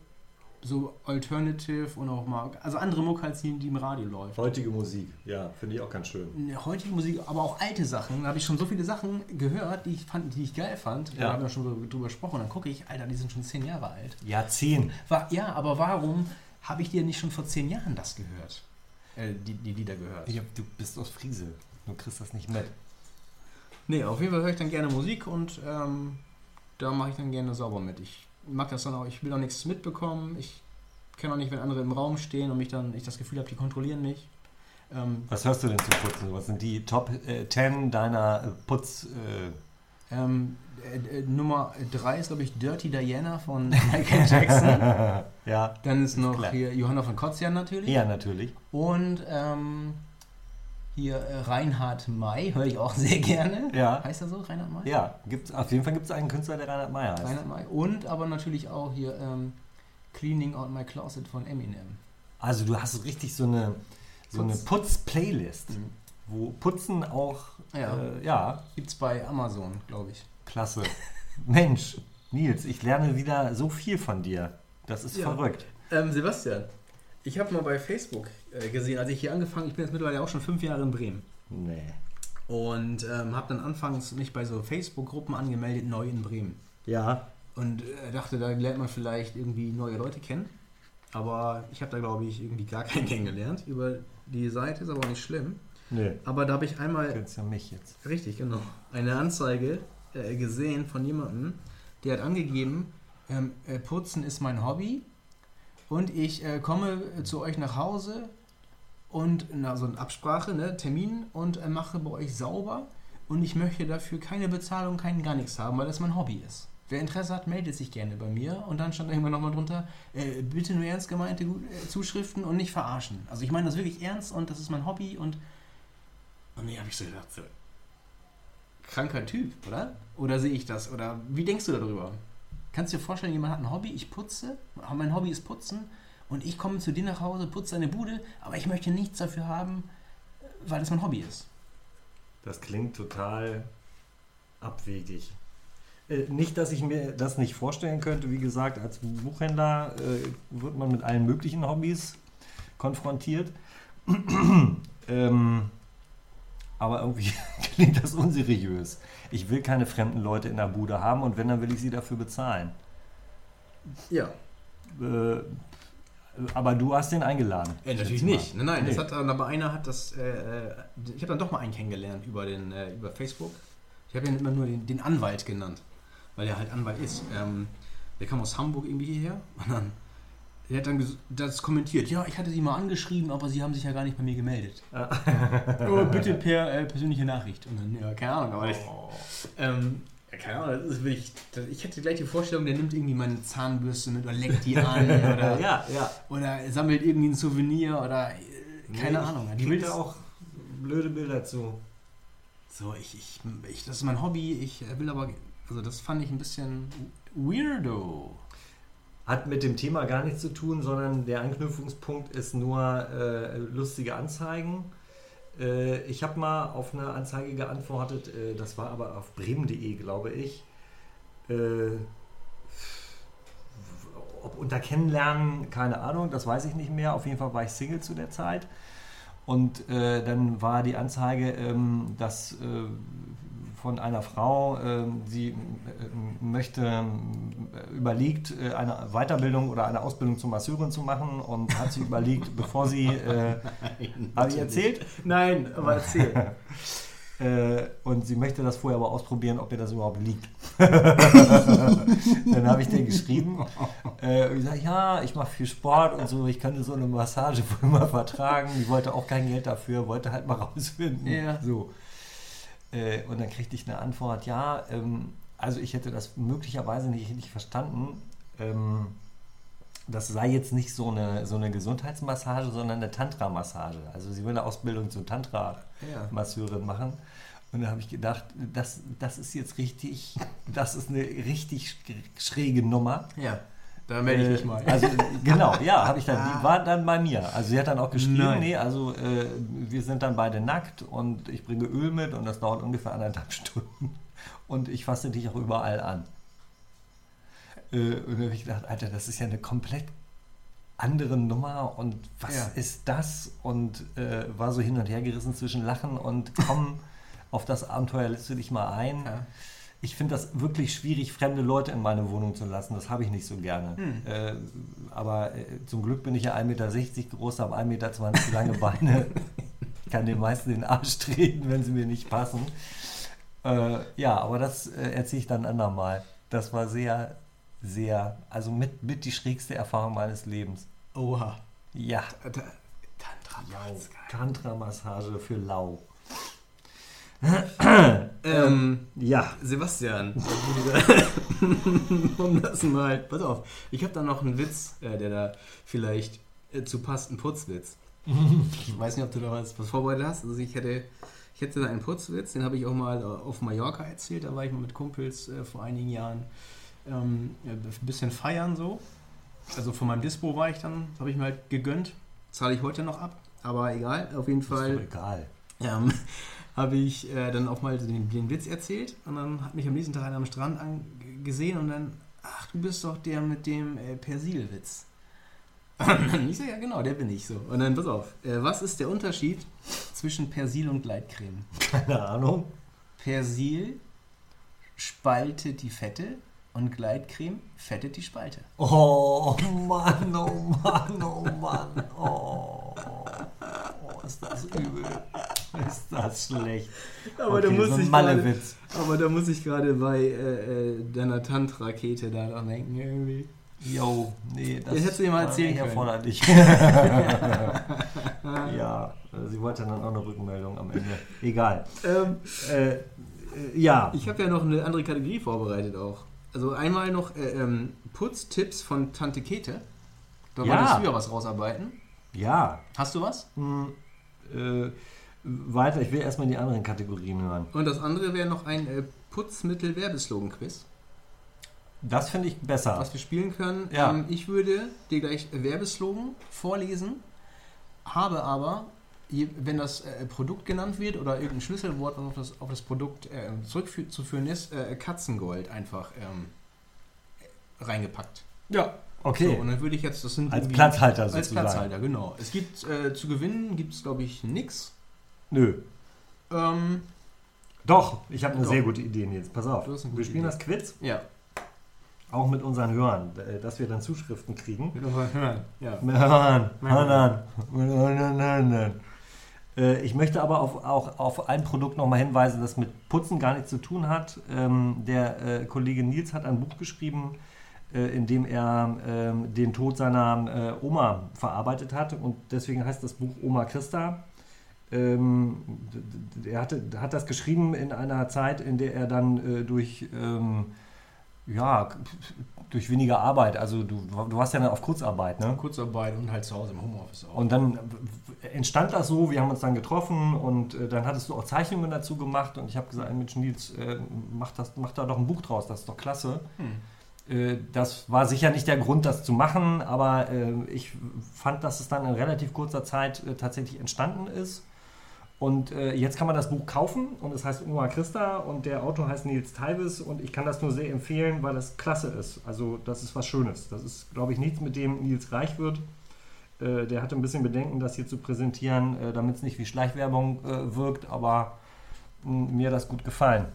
so Alternative und auch mal, also andere Mucke als die, die im Radio läuft. Heutige Musik, ja, finde ich auch ganz schön. Heutige Musik, aber auch alte Sachen. Da habe ich schon so viele Sachen gehört, die ich fand, die ich geil fand. Ja. Da haben wir schon drüber gesprochen. Und dann gucke ich, Alter, die sind schon zehn Jahre alt. Ja, zehn. War, ja, aber warum habe ich dir nicht schon vor zehn Jahren das gehört? Äh, die, die Lieder gehört. Ich hab, du bist aus Friese. Du kriegst das nicht mit. Nee, auf jeden Fall höre ich dann gerne Musik und ähm, da mache ich dann gerne sauber mit. Ich mag das dann auch, ich will auch nichts mitbekommen. Ich kenne auch nicht, wenn andere im Raum stehen und mich dann, ich das Gefühl habe, die kontrollieren mich. Ähm, Was hörst du denn zu Putzen? Was sind die Top äh, zehn deiner äh, Putz... Äh ähm, äh, äh, Nummer drei ist, glaube ich, Dirty Diana von Michael Jackson. Ja. Dann ist noch klar. Hier Johanna von Kotzian natürlich. Ja, natürlich. Und ähm, hier äh, Reinhard May höre ich auch sehr gerne. Ja. Heißt er so, Reinhard May? Ja, gibt's, auf jeden Fall gibt es einen Künstler, der Reinhard May heißt. Reinhard May. Und aber natürlich auch hier ähm, Cleaning Out My Closet von Eminem. Also du hast richtig so eine, so Putz. eine Putz-Playlist, mhm. wo Putzen auch, ja, äh, ja. Gibt's bei Amazon, glaube ich. Klasse. Mensch, Nils, ich lerne wieder so viel von dir. Das ist ja. verrückt. Ähm, Sebastian, ich habe mal bei Facebook äh, gesehen, als ich hier angefangen, ich bin jetzt mittlerweile auch schon fünf Jahre in Bremen. Nee. Und ähm, habe dann anfangs mich bei so Facebook-Gruppen angemeldet, neu in Bremen. Ja. Und äh, dachte, da lernt man vielleicht irgendwie neue Leute kennen. Aber ich habe da, glaube ich, irgendwie gar keinen kennengelernt. Über die Seite ist aber auch nicht schlimm. Nee. Aber da habe ich einmal... Du kennst ja mich jetzt. Richtig, genau. Eine Anzeige äh, gesehen von jemandem, der hat angegeben, ähm, äh, Putzen ist mein Hobby und ich äh, komme äh, zu euch nach Hause und na, so eine Absprache, ne, Termin und äh, mache bei euch sauber und ich möchte dafür keine Bezahlung, keinen gar nichts haben, weil das mein Hobby ist. wer Interesse hat, meldet sich gerne bei mir. Und dann stand irgendwann nochmal drunter, äh, bitte nur ernst gemeinte äh, Zuschriften und nicht verarschen. Also ich meine das wirklich ernst und das ist mein Hobby. Und, und nee, habe ich so gedacht, so, kranker Typ, oder? Oder sehe ich das? Oder wie denkst du darüber? Kannst du dir vorstellen, jemand hat ein Hobby, ich putze, mein Hobby ist Putzen und ich komme zu dir nach Hause, putze deine Bude, aber ich möchte nichts dafür haben, weil es mein Hobby ist. Das klingt total abwegig. Äh, nicht, dass ich mir das nicht vorstellen könnte. Wie gesagt, als Buchhändler äh, wird man mit allen möglichen Hobbys konfrontiert. ähm, aber irgendwie klingt das unseriös. Ich will keine fremden Leute in der Bude haben und wenn, dann will ich sie dafür bezahlen. Ja. Äh, aber du hast den eingeladen. Ja, natürlich nicht. Nein, nein. Nee. Das hat dann, aber einer hat das. Äh, ich habe dann doch mal einen kennengelernt über den äh, über Facebook. Ich habe ihn immer nur den, den Anwalt genannt, weil er halt Anwalt ist. Ähm, der kam aus Hamburg irgendwie hierher und dann. Er hat dann ges- das kommentiert. Ja, ich hatte sie mal angeschrieben, aber sie haben sich ja gar nicht bei mir gemeldet. Oh, bitte per äh, persönliche Nachricht. Und dann, ja, keine Ahnung, aber ich. Ähm, ja, keine Ahnung, das ist wirklich. Das, ich hätte gleich die Vorstellung, der nimmt irgendwie meine Zahnbürste mit oder leckt die an oder, ja, ja. oder sammelt irgendwie ein Souvenir oder äh, keine nee, Ahnung. Die will da auch blöde Bilder zu. So, ich, ich, ich, das ist mein Hobby. Ich will aber, also das fand ich ein bisschen weirdo. Hat mit dem Thema gar nichts zu tun, sondern der Anknüpfungspunkt ist nur äh, lustige Anzeigen. Äh, ich habe mal auf eine Anzeige geantwortet, äh, das war aber auf bremen punkt de, glaube ich. Äh, ob unter Kennenlernen, keine Ahnung, das weiß ich nicht mehr. Auf jeden Fall war ich Single zu der Zeit. Und äh, dann war die Anzeige, ähm, dass äh, von einer Frau, äh, sie äh, möchte, äh, überlegt, äh, eine Weiterbildung oder eine Ausbildung zur Masseurin zu machen und hat sich überlegt, bevor sie... Äh, habe ich erzählt? Nein, aber erzähl. äh, und sie möchte das vorher aber ausprobieren, ob ihr das überhaupt liegt. Dann habe ich dir geschrieben, äh, und ich sage, ja, ich mache viel Sport und so, ich könnte so eine Massage wohl mal vertragen. Die wollte auch kein Geld dafür, wollte halt mal rausfinden. Ja. So. Und dann kriegte ich eine Antwort, ja, ähm, also ich hätte das möglicherweise nicht richtig verstanden. Ähm, das sei jetzt nicht so eine, so eine Gesundheitsmassage, sondern eine Tantra-Massage. Also sie will eine Ausbildung zur Tantra-Masseurin ja. machen. Und da habe ich gedacht, das, das ist jetzt richtig, das ist eine richtig schräge Nummer. Ja. Da melde ich mich mal. Also genau, ja, habe ich dann. Die war dann bei mir. Also sie hat dann auch geschrieben, Nein. nee, also äh, wir sind dann beide nackt und ich bringe Öl mit und das dauert ungefähr anderthalb Stunden. Und ich fasse dich auch überall an. Äh, und da habe ich gedacht, Alter, das ist ja eine komplett andere Nummer und was ja. ist das? Und äh, war so hin und her gerissen zwischen Lachen und komm, auf das Abenteuer lässt du dich mal ein. Ja. Ich finde das wirklich schwierig, fremde Leute in meine Wohnung zu lassen. Das habe ich nicht so gerne. Hm. Äh, aber äh, zum Glück bin ich ja ein Meter sechzig groß, habe ein Meter zwanzig lange Beine. Kann den meisten den Arsch treten, wenn sie mir nicht passen. Äh, ja, aber das äh, erzähle ich dann ein andermal. Das war sehr, sehr, also mit, mit die schrägste Erfahrung meines Lebens. Oha. Ja. Tantra-Massage. Tantra-Massage für Lau. ähm, ja. Sebastian, um das mal, pass auf, ich habe da noch einen Witz, äh, der da vielleicht äh, zu passt, ein Putzwitz. Ich weiß nicht, ob du da was, was vorbereitet hast. Also ich hätte, ich hätte da einen Putzwitz, den habe ich auch mal äh, auf Mallorca erzählt, da war ich mal mit Kumpels äh, vor einigen Jahren ähm, ein bisschen feiern so. Also von meinem Dispo war ich dann, habe ich mir halt gegönnt, zahle ich heute noch ab, aber egal, auf jeden Fall. Ist doch egal. Ähm, habe ich äh, dann auch mal den, den Witz erzählt und dann hat mich am nächsten Tag einer am Strand angesehen und dann, ach, du bist doch der mit dem äh, Persilwitz. Und dann ich so, ja genau, der bin ich so. Und dann, pass auf, äh, was ist der Unterschied zwischen Persil und Gleitcreme? Keine Ahnung. Persil spaltet die Fette und Gleitcreme fettet die Spalte. Oh Mann, oh Mann, oh Mann, oh, oh ist das übel. Ist das schlecht. Aber, okay, da muss so ich grade, aber da muss ich gerade bei äh, deiner Tantra-Rakete da dran denken irgendwie. Jo, nee, das hättest du dir mal erzählen können. Erforderlich. Ja, sie wollte dann auch eine Rückmeldung am Ende. Egal. Ähm, äh, äh, ja. Ich habe ja noch eine andere Kategorie vorbereitet auch. Also einmal noch äh, ähm, Putztipps von Tante Kete. Da Ja. wolltest du ja was rausarbeiten. Ja. Hast du was? Hm, äh, weiter, ich will erstmal die anderen Kategorien hören. Und das andere wäre noch ein äh, Putzmittel-Werbeslogan-Quiz, Das finde ich besser. was wir spielen können. Ja. Ähm, ich würde dir gleich Werbeslogan vorlesen, habe aber, je, wenn das äh, Produkt genannt wird oder irgendein Schlüsselwort, was auf das, auf das Produkt äh, zurückzuführen ist, äh, Katzengold einfach ähm, reingepackt. Ja. Okay. So, und dann würde ich jetzt, das sind als irgendwie- Platzhalter Als sozusagen. Platzhalter, genau. Es gibt äh, zu gewinnen, gibt es glaube ich nix. Nö. Ähm, Doch, ich habe eine Doch. sehr gute Idee jetzt. Pass auf. Du hast eine Wir gute spielen Idee. das Quiz, ja. auch mit unseren Hörern, äh, dass wir dann Zuschriften kriegen. ja. Hören, hören, hören. Äh, Ich möchte aber auf, auch auf ein Produkt nochmal hinweisen, das mit Putzen gar nichts zu tun hat. Ähm, der äh, Kollege Nils hat ein Buch geschrieben, äh, in dem er ähm, den Tod seiner äh, Oma verarbeitet hat. Und deswegen heißt das Buch Oma Christa. Ähm, d- d- er hatte, hat das geschrieben in einer Zeit, in der er dann äh, durch, ähm, ja, durch weniger Arbeit, also du, du warst ja dann auf Kurzarbeit, ne? Kurzarbeit und halt zu Hause im Homeoffice auch. Und dann entstand das so, wir haben uns dann getroffen und äh, dann hattest du auch Zeichnungen dazu gemacht und ich habe gesagt, Mensch Nils, äh, mach, das, mach da doch ein Buch draus, das ist doch klasse. Hm. Äh, das war sicher nicht der Grund, das zu machen, aber äh, ich fand, dass es dann in relativ kurzer Zeit äh, tatsächlich entstanden ist. Und äh, jetzt kann man das Buch kaufen und es heißt Oma Christa und der Autor heißt Nils Teiwes und ich kann das nur sehr empfehlen, weil das klasse ist. Also das ist was Schönes. Das ist, glaube ich, nichts, mit dem Nils reich wird. Äh, der hatte ein bisschen Bedenken, das hier zu präsentieren, äh, damit es nicht wie Schleichwerbung äh, wirkt, aber mh, mir hat das gut gefallen.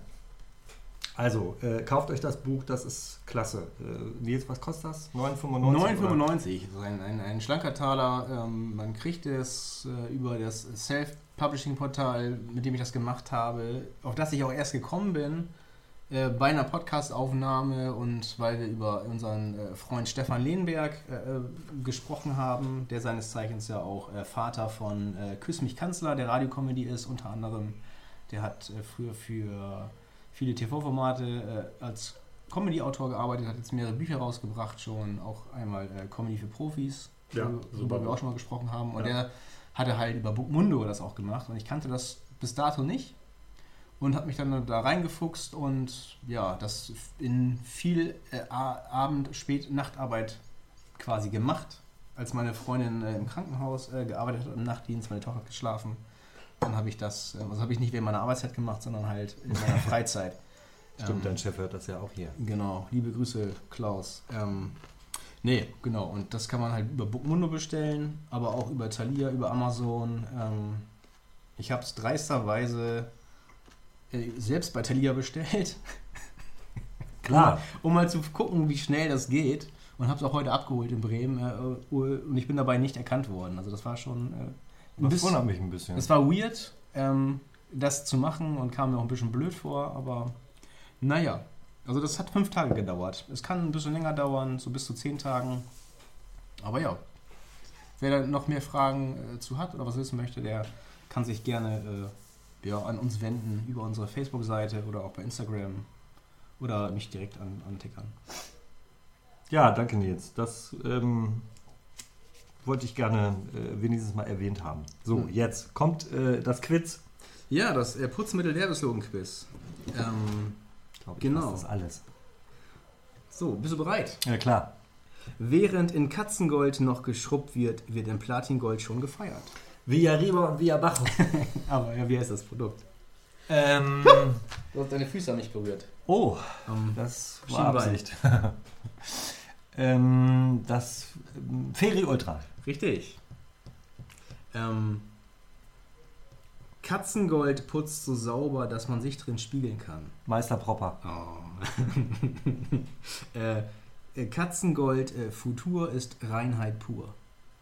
Also, äh, kauft euch das Buch, das ist klasse. Äh, Nils, was kostet das? neun fünfundneunzig? neun fünfundneunzig, das ist ein, ein, ein schlanker Taler. Ähm, man kriegt es äh, über das Self-Publishing-Portal, mit dem ich das gemacht habe, auf das ich auch erst gekommen bin, äh, bei einer Podcast-Aufnahme und weil wir über unseren äh, Freund Stefan Lehnberg äh, gesprochen haben, der seines Zeichens ja auch äh, Vater von äh, Küss mich Kanzler, der Radiokomödie ist, unter anderem. Der hat äh, früher für viele T V-Formate äh, als Comedy-Autor gearbeitet, hat jetzt mehrere Bücher rausgebracht schon, auch einmal äh, Comedy für Profis, Ja, worüber super. wir auch schon mal gesprochen haben. Und Ja. der hatte halt über Bookmundo das auch gemacht und ich kannte das bis dato nicht und habe mich dann da reingefuchst und ja, das in viel äh, Abend-, Spät-, Nachtarbeit quasi gemacht, als meine Freundin äh, im Krankenhaus äh, gearbeitet hat, im Nachtdienst, meine Tochter hat geschlafen. Dann habe ich das, äh, also habe ich nicht während meiner Arbeitszeit gemacht, sondern halt in meiner Freizeit. Stimmt, Ähm, dein Chef hört das ja auch hier. Genau, liebe Grüße, Klaus. Ähm, nee, genau, und das kann man halt über Bookmundo bestellen, aber auch über Thalia, über Amazon. Ähm, ich habe es dreisterweise äh, selbst bei Thalia bestellt. Klar. Um mal zu gucken, wie schnell das geht. Und habe es auch heute abgeholt in Bremen. Äh, und ich bin dabei nicht erkannt worden. Also das war schon... Äh, ein Das bisschen- wundert mich ein bisschen. Es war weird, ähm, das zu machen und kam mir auch ein bisschen blöd vor, aber naja, also das hat fünf Tage gedauert. Es kann ein bisschen länger dauern, so bis zu zehn Tagen. Aber ja, wer da noch mehr Fragen äh, zu hat oder was wissen möchte, der kann sich gerne äh, ja, an uns wenden über unsere Facebook-Seite oder auch bei Instagram oder mich direkt an, antickern. Ja, danke Nils. Das ähm, wollte ich gerne äh, wenigstens mal erwähnt haben. So, Hm. jetzt kommt äh, das Quiz. Ja, das äh, Putzmittel-Werbeslogan-Quiz. Ähm, Ich glaube, Genau. das ist alles. so, bist du bereit? Ja, klar. Während in Katzengold noch geschrubbt wird, wird in Platingold schon gefeiert. Via Riba und Via Bajo. Aber ja, wie heißt das Produkt? ähm, Du hast deine Füße nicht berührt. oh, Um, das war Schienbein. Absicht. ähm, das ähm, Feri Ultra. richtig. Ähm, Katzengold putzt so sauber, dass man sich drin spiegeln kann. Meister Propper. Oh. äh, äh, Katzengold äh, Futur ist Reinheit pur.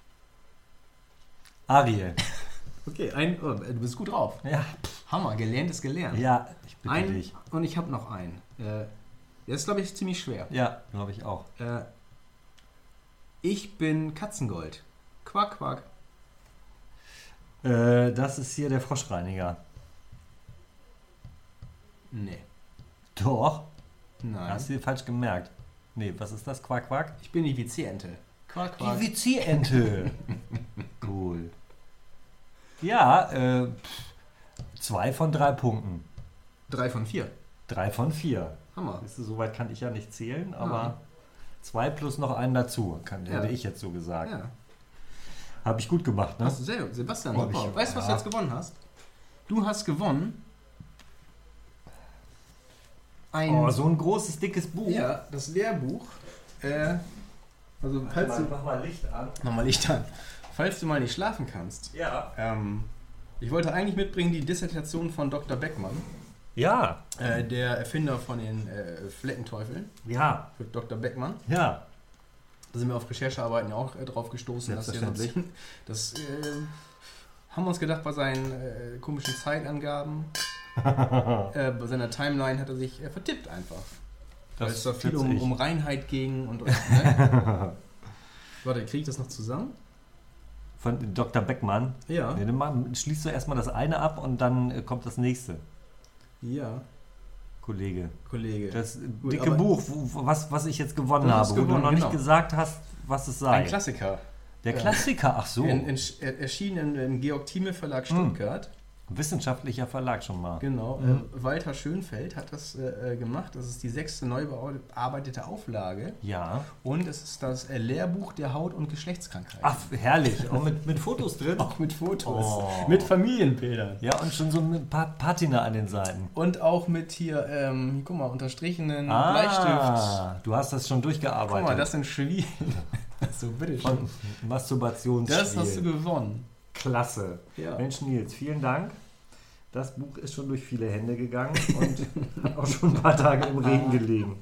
Ariel. Okay, ein, oh, du bist gut drauf. Ja, Hammer, gelernt ist gelernt. ja, ich bitte ein, dich. Und ich habe noch einen. Äh, der ist, glaube ich, ziemlich schwer. Ja, glaube ich auch. Äh, ich bin Katzengold. Quack, quack. Äh, das ist hier der Froschreiniger. Nee. Doch. Nein. Hast du dir falsch gemerkt? Nee, was ist das? Quack, quack? Ich bin die W C-Ente. Quack, quack. Die W C-Ente. Cool. Ja, äh, zwei von drei Punkten. Drei von vier. Drei von vier. Hammer. Weißt du, soweit kann ich ja nicht zählen, aber Ja. zwei plus noch einen dazu, kann, Ja. hätte ich jetzt so gesagt. Ja. Habe ich gut gemacht, ne? Hast du sehr, Sebastian, Oh, super. ich- Weißt du, was du ja. jetzt gewonnen hast? Du hast gewonnen ein... Oh, so ein großes, dickes Buch. Ja, das Lehrbuch. Äh, also, falls Mach du... mal, mach mal Licht an. Mach mal Licht an. Falls du mal nicht schlafen kannst. Ja. Ähm, ich wollte eigentlich mitbringen die Dissertation von Doktor Beckmann, Ja. äh, der Erfinder von den äh, Fleckenteufeln, Ja. für Doktor Beckmann. Ja. Da sind wir auf Recherchearbeiten auch äh, drauf gestoßen. Dass er sonst, Selbstverständlich. das äh, haben wir uns gedacht bei seinen äh, komischen Zeitangaben. äh, bei seiner Timeline hat er sich äh, vertippt einfach. Weil es da viel schätze um, ich. um Reinheit ging und... und ne? Warte, kriege ich das noch zusammen? Von Doktor Beckmann. Ja. Nee, dann schließt du erstmal das eine ab und dann äh, kommt das nächste, Ja, Kollege. Kollege. Das Gut, dicke aber- Buch, wo, wo- was, was ich jetzt gewonnen Du habe, hast wo gewonnen, du noch genau. nicht gesagt hast, was es sei. Ein Klassiker. Der Ja. Klassiker, ach so. In, in, er- erschienen im, im Georg Thieme Verlag Stuttgart. Wissenschaftlicher Verlag schon mal. Genau. Mhm. Äh, Walter Schönfeld hat das äh, gemacht. Das ist die sechste neu bearbeitete Auflage. Ja. Und es ist das äh, Lehrbuch der Haut- und Geschlechtskrankheiten. Ach, herrlich. Auch mit, mit Fotos drin. Auch mit Fotos. Oh. Mit Familienbildern. Ja, und schon so ein paar Patina an den Seiten. Und auch mit hier, ähm, hier, guck mal, unterstrichenen Ah, Bleistift. du hast das schon durchgearbeitet. Guck mal, das sind Schwielen. so, bitteschön. Von Masturbationsspiel. Das hast du gewonnen. Klasse. Ja. Mensch, Nils, vielen Dank. Das Buch ist schon durch viele Hände gegangen und hat auch schon ein paar Tage im Regen gelegen.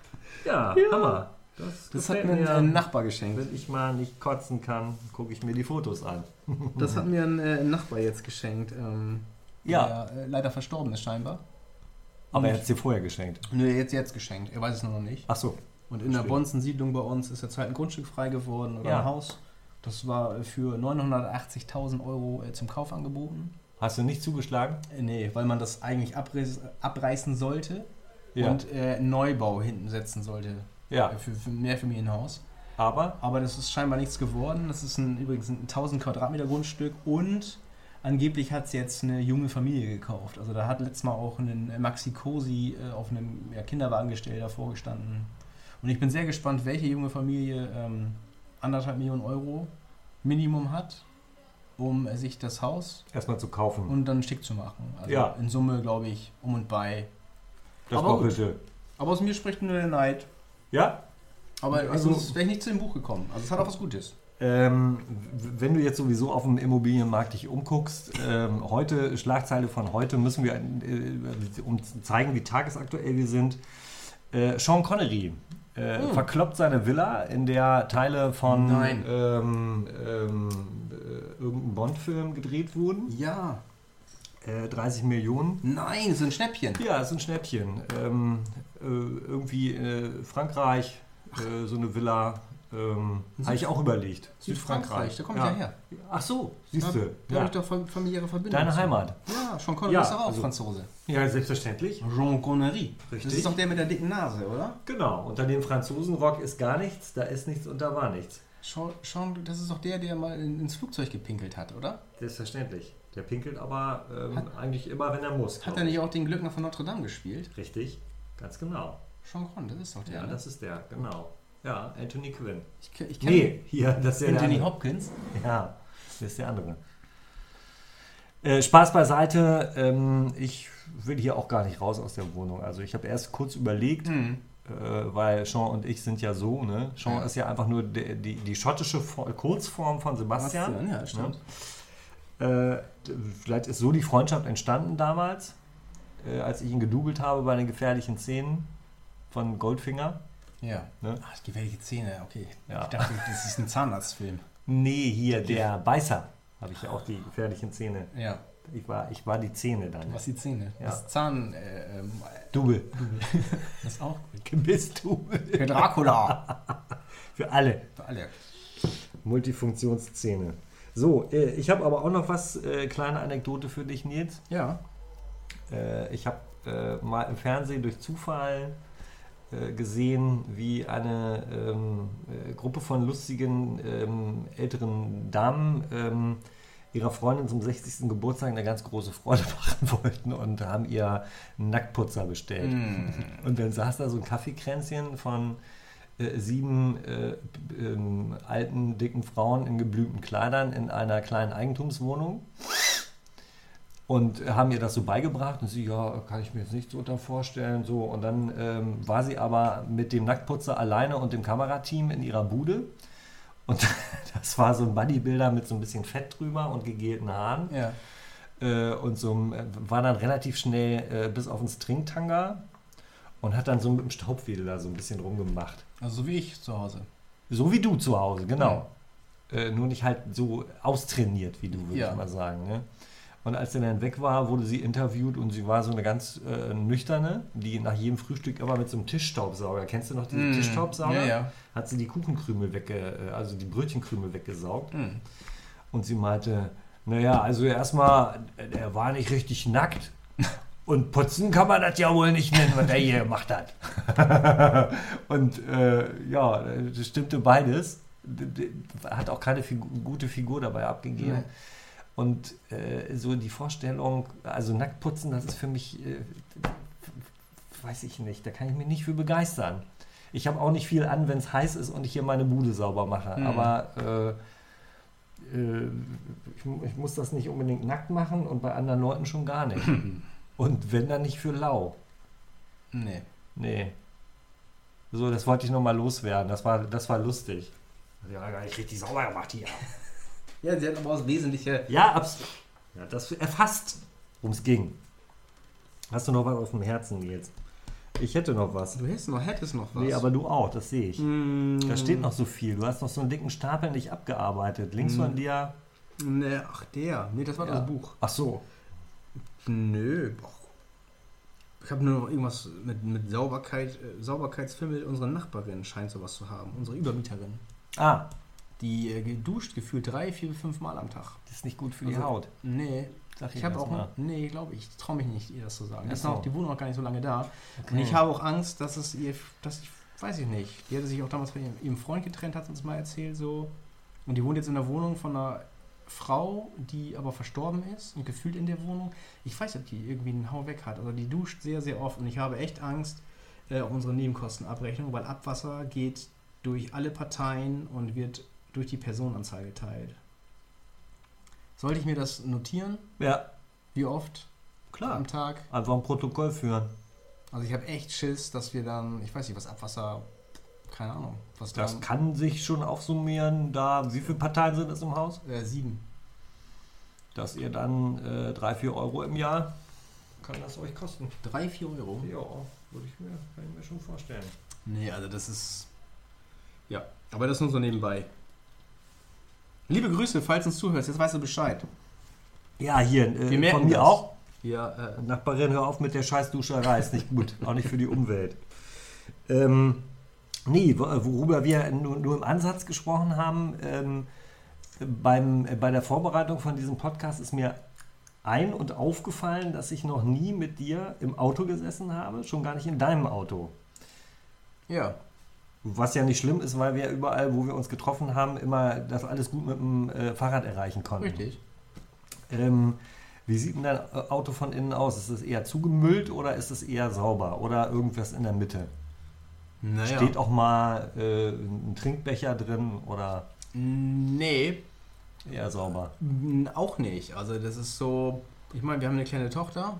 Ja, Ja. Hammer. Das, Das gefällt hat mir mir. ein Nachbar geschenkt. Wenn ich mal nicht kotzen kann, gucke ich mir die Fotos an. Das hat mir ein äh, Nachbar jetzt geschenkt. Ähm, Ja. Der äh, leider verstorben ist scheinbar. Aber er Und- hat es dir vorher geschenkt. Nö, jetzt jetzt geschenkt. Er weiß es nur noch nicht. Ach so. Und in der Verstehe. Bonzen-Siedlung bei uns ist jetzt halt ein Grundstück frei geworden oder Ja. ein Haus. Das war äh, für neunhundertachtzigtausend Euro äh, zum Kauf angeboten. Hast du nicht zugeschlagen? Äh, nee, weil man das eigentlich abreiß, abreißen sollte Ja. und äh, Neubau hinten setzen sollte. Ja. Äh, für, für ein Mehrfamilienhaus. Aber? Aber das ist scheinbar nichts geworden. Das ist ein, übrigens ein tausend Quadratmeter Grundstück und angeblich hat es jetzt eine junge Familie gekauft. Also da hat letztes Mal auch ein Maxi Cosi äh, auf einem ja, Kinderwagen gestellt davor gestanden. Und ich bin sehr gespannt, welche junge Familie ähm, anderthalb Millionen Euro Minimum hat, um äh, sich das Haus Erstmal zu kaufen. und dann schick zu machen. Also Ja. in Summe, glaube ich, um und bei. das aber gut. Doppelte. Aber aus mir spricht nur der Neid. Ja? Aber Also- also, sonst wäre ich nicht zu dem Buch gekommen. Also es hat auch was Gutes. Ähm, w- wenn du jetzt sowieso auf dem Immobilienmarkt dich umguckst, ähm, heute, Schlagzeile von heute, müssen wir, äh, um zu zeigen, wie tagesaktuell wir sind, äh, Sean Connery äh, Hm. verkloppt seine Villa, in der Teile von Nein. ähm, ähm, äh, irgendeinem Bond-Film gedreht wurden. Ja. Äh, dreißig Millionen. Nein, das ist ein Schnäppchen. Ja, ist ein Schnäppchen. Ähm, äh, irgendwie äh, Frankreich, äh, so eine Villa. Ähm, Süd- Habe ich auch überlegt. Südfrankreich, da komme ich ja her. Ach so, siehst du. Da habe Ja. ich doch fam- familiäre Verbindung. Deine zu. Heimat. Ja, Sean Connery Ja, ist doch auch also- Franzose. Ja, selbstverständlich. Jean Connery. Richtig. Das ist doch der mit der dicken Nase, oder? Genau, unter dem Franzosenrock ist gar nichts, da ist nichts und da war nichts. Sean, Sean das ist doch der, der mal in, ins Flugzeug gepinkelt hat, oder? Selbstverständlich. Der pinkelt aber ähm, Hat- eigentlich immer, wenn er muss. Hat glaub er ich. nicht auch den Glöckner von Notre Dame gespielt? Richtig, ganz genau. Sean Connery, das ist doch der. Ja, ne? das ist der, genau. Ja, Anthony Quinn. ich, ke- ich kenn Nee, hier, das ist der Anthony andere. Hopkins. Ja, das ist der andere. Äh, Spaß beiseite, ähm, ich will hier auch gar nicht raus aus der Wohnung. Also ich habe erst kurz überlegt, Hm. äh, weil Sean und ich sind ja so, ne? Sean Ja. ist ja einfach nur die, die, die schottische For- Kurzform von Sebastian. Bastian, ja, stimmt. Äh, vielleicht ist so die Freundschaft entstanden damals, äh, als ich ihn gedoubelt habe bei den gefährlichen Szenen von Goldfinger. Ja. Ne? Ach, die gefährliche Zähne, okay. Ja. Ich dachte, das ist ein Zahnarztfilm. Nee, hier, der Beißer. Habe ich ja auch die gefährlichen Zähne. Ja. Ich war, ich war die Zähne dann. Was die Zähne? Ja. Das Zahn. Äh, ähm, Double. das ist auch gut. Gebiss-Double. Für Dracula. Für alle. Für alle. Multifunktionsszene. So, äh, ich habe aber auch noch was, äh, kleine Anekdote für dich, Nils. Ja. Äh, ich habe äh, mal im Fernsehen durch Zufall äh, gesehen, wie eine ähm, äh, Gruppe von lustigen ähm, älteren Damen ähm, ihrer Freundin zum sechzigsten Geburtstag eine ganz große Freude machen wollten und haben ihr einen Nacktputzer bestellt. Mm. Und dann saß da so ein Kaffeekränzchen von äh, sieben äh, ähm, alten, dicken Frauen in geblümten Kleidern in einer kleinen Eigentumswohnung und haben ihr das so beigebracht und sie, ja, kann ich mir jetzt nicht so unter vorstellen. So. Und dann ähm, war sie aber mit dem Nacktputzer alleine und dem Kamerateam in ihrer Bude. Und das war so ein Bodybuilder mit so ein bisschen Fett drüber und gegelten Haaren. Ja. Äh, und so war dann relativ schnell äh, bis auf den Stringtanga und hat dann so mit dem Staubwedel da so ein bisschen rumgemacht. Also so wie ich zu Hause. So wie du zu Hause, genau. Ja. Äh, nur nicht halt so austrainiert wie du, würde ja. ich mal sagen. Ne? Und als er dann weg war, wurde sie interviewt und sie war so eine ganz äh, nüchterne, die nach jedem Frühstück immer mit so einem Tischstaubsauger, kennst du noch diese mm. Tischstaubsauger? Ja, ja. Hat sie die Kuchenkrümel wegge, also die Brötchenkrümel weggesaugt. Mm. Und sie meinte, naja, also erstmal, er war nicht richtig nackt. Und putzen kann man das ja wohl nicht nennen, was er hier gemacht hat. Und äh, ja, das stimmte beides. Hat auch keine Figur, gute Figur dabei abgegeben. Nein. Und äh, so die Vorstellung, also Nacktputzen, das ist für mich, äh, weiß ich nicht, da kann ich mich nicht für begeistern. Ich habe auch nicht viel an, wenn es heiß ist und ich hier meine Bude sauber mache. Mhm. Aber äh, äh, ich, ich muss das nicht unbedingt nackt machen und bei anderen Leuten schon gar nicht. Und wenn dann nicht für lau. Nee. Nee. So, das wollte ich nochmal loswerden. Das war, das war lustig. Ja, gar nicht richtig sauber gemacht hier. Ja, sie hat aber auch das Wesentliche... Ja, absolut. Ja, das erfasst, worum es ging. Hast du noch was auf dem Herzen jetzt? Ich hätte noch was. Du hättest noch, hättest noch was. Nee, aber du auch, das sehe ich. Mm. Da steht noch so viel. Du hast noch so einen dicken Stapel nicht abgearbeitet. Links mm. von dir... Nee, ach der. Nee, das war ja. das Buch. Ach so. Nö. Ich habe nur noch irgendwas mit, mit Sauberkeit, äh, Sauberkeitsfilm mit unserer Nachbarin scheint sowas zu haben. Unsere Übermieterin. Ah. Die äh, duscht gefühlt drei, vier, fünf Mal am Tag. Das ist nicht gut für die also, Haut. Nee. Sag ich ich habe auch mal. Nee, glaube ich. Ich traue mich nicht, ihr das zu sagen. Die, ist so. noch, die wohnt noch gar nicht so lange da. Okay. Und ich habe auch Angst, dass es ihr, dass ich, weiß ich nicht. Die hatte sich auch damals von ihrem, ihrem Freund getrennt, hat sie uns mal erzählt so. Und die wohnt jetzt in der Wohnung von einer Frau, die aber verstorben ist und gefühlt in der Wohnung. Ich weiß nicht, ob die irgendwie einen Hau weg hat. Also die duscht sehr, sehr oft und ich habe echt Angst äh, auf unsere Nebenkostenabrechnung, weil Abwasser geht durch alle Parteien und wird durch die Personenanzahl geteilt. Sollte ich mir das notieren? Ja. Wie oft? Klar. Am Tag? Einfach ein Protokoll führen. Also ich habe echt Schiss, dass wir dann, ich weiß nicht, was Abwasser, keine Ahnung. Was das dann, kann sich schon aufsummieren, da, wie viele Parteien sind es im Haus? Äh, sieben. Dass ihr dann äh, drei, vier Euro im Jahr, kann das euch kosten. Drei, vier Euro? Ja, würde ich mir, kann ich mir schon vorstellen. Nee, also das ist, ja, aber das nur so nebenbei. Liebe Grüße, falls du uns zuhörst, jetzt weißt du Bescheid. Ja, hier, äh, von mir das. auch. Ja, äh, Nachbarin, hör auf mit der Scheißduscherei, ist nicht gut, auch nicht für die Umwelt. Ähm, nee, worüber wir nur, nur im Ansatz gesprochen haben, ähm, beim, äh, bei der Vorbereitung von diesem Podcast ist mir ein- und aufgefallen, dass ich noch nie mit dir im Auto gesessen habe, schon gar nicht in deinem Auto. Ja. Was ja nicht schlimm ist, weil wir überall, wo wir uns getroffen haben, immer das alles gut mit dem äh, Fahrrad erreichen konnten. Richtig. Ähm, wie sieht denn dein Auto von innen aus? Ist es eher zugemüllt oder ist es eher sauber? Oder irgendwas in der Mitte? Naja. Steht auch mal äh, ein Trinkbecher drin oder Nee. eher sauber? Auch nicht. Also das ist so, ich meine, wir haben eine kleine Tochter.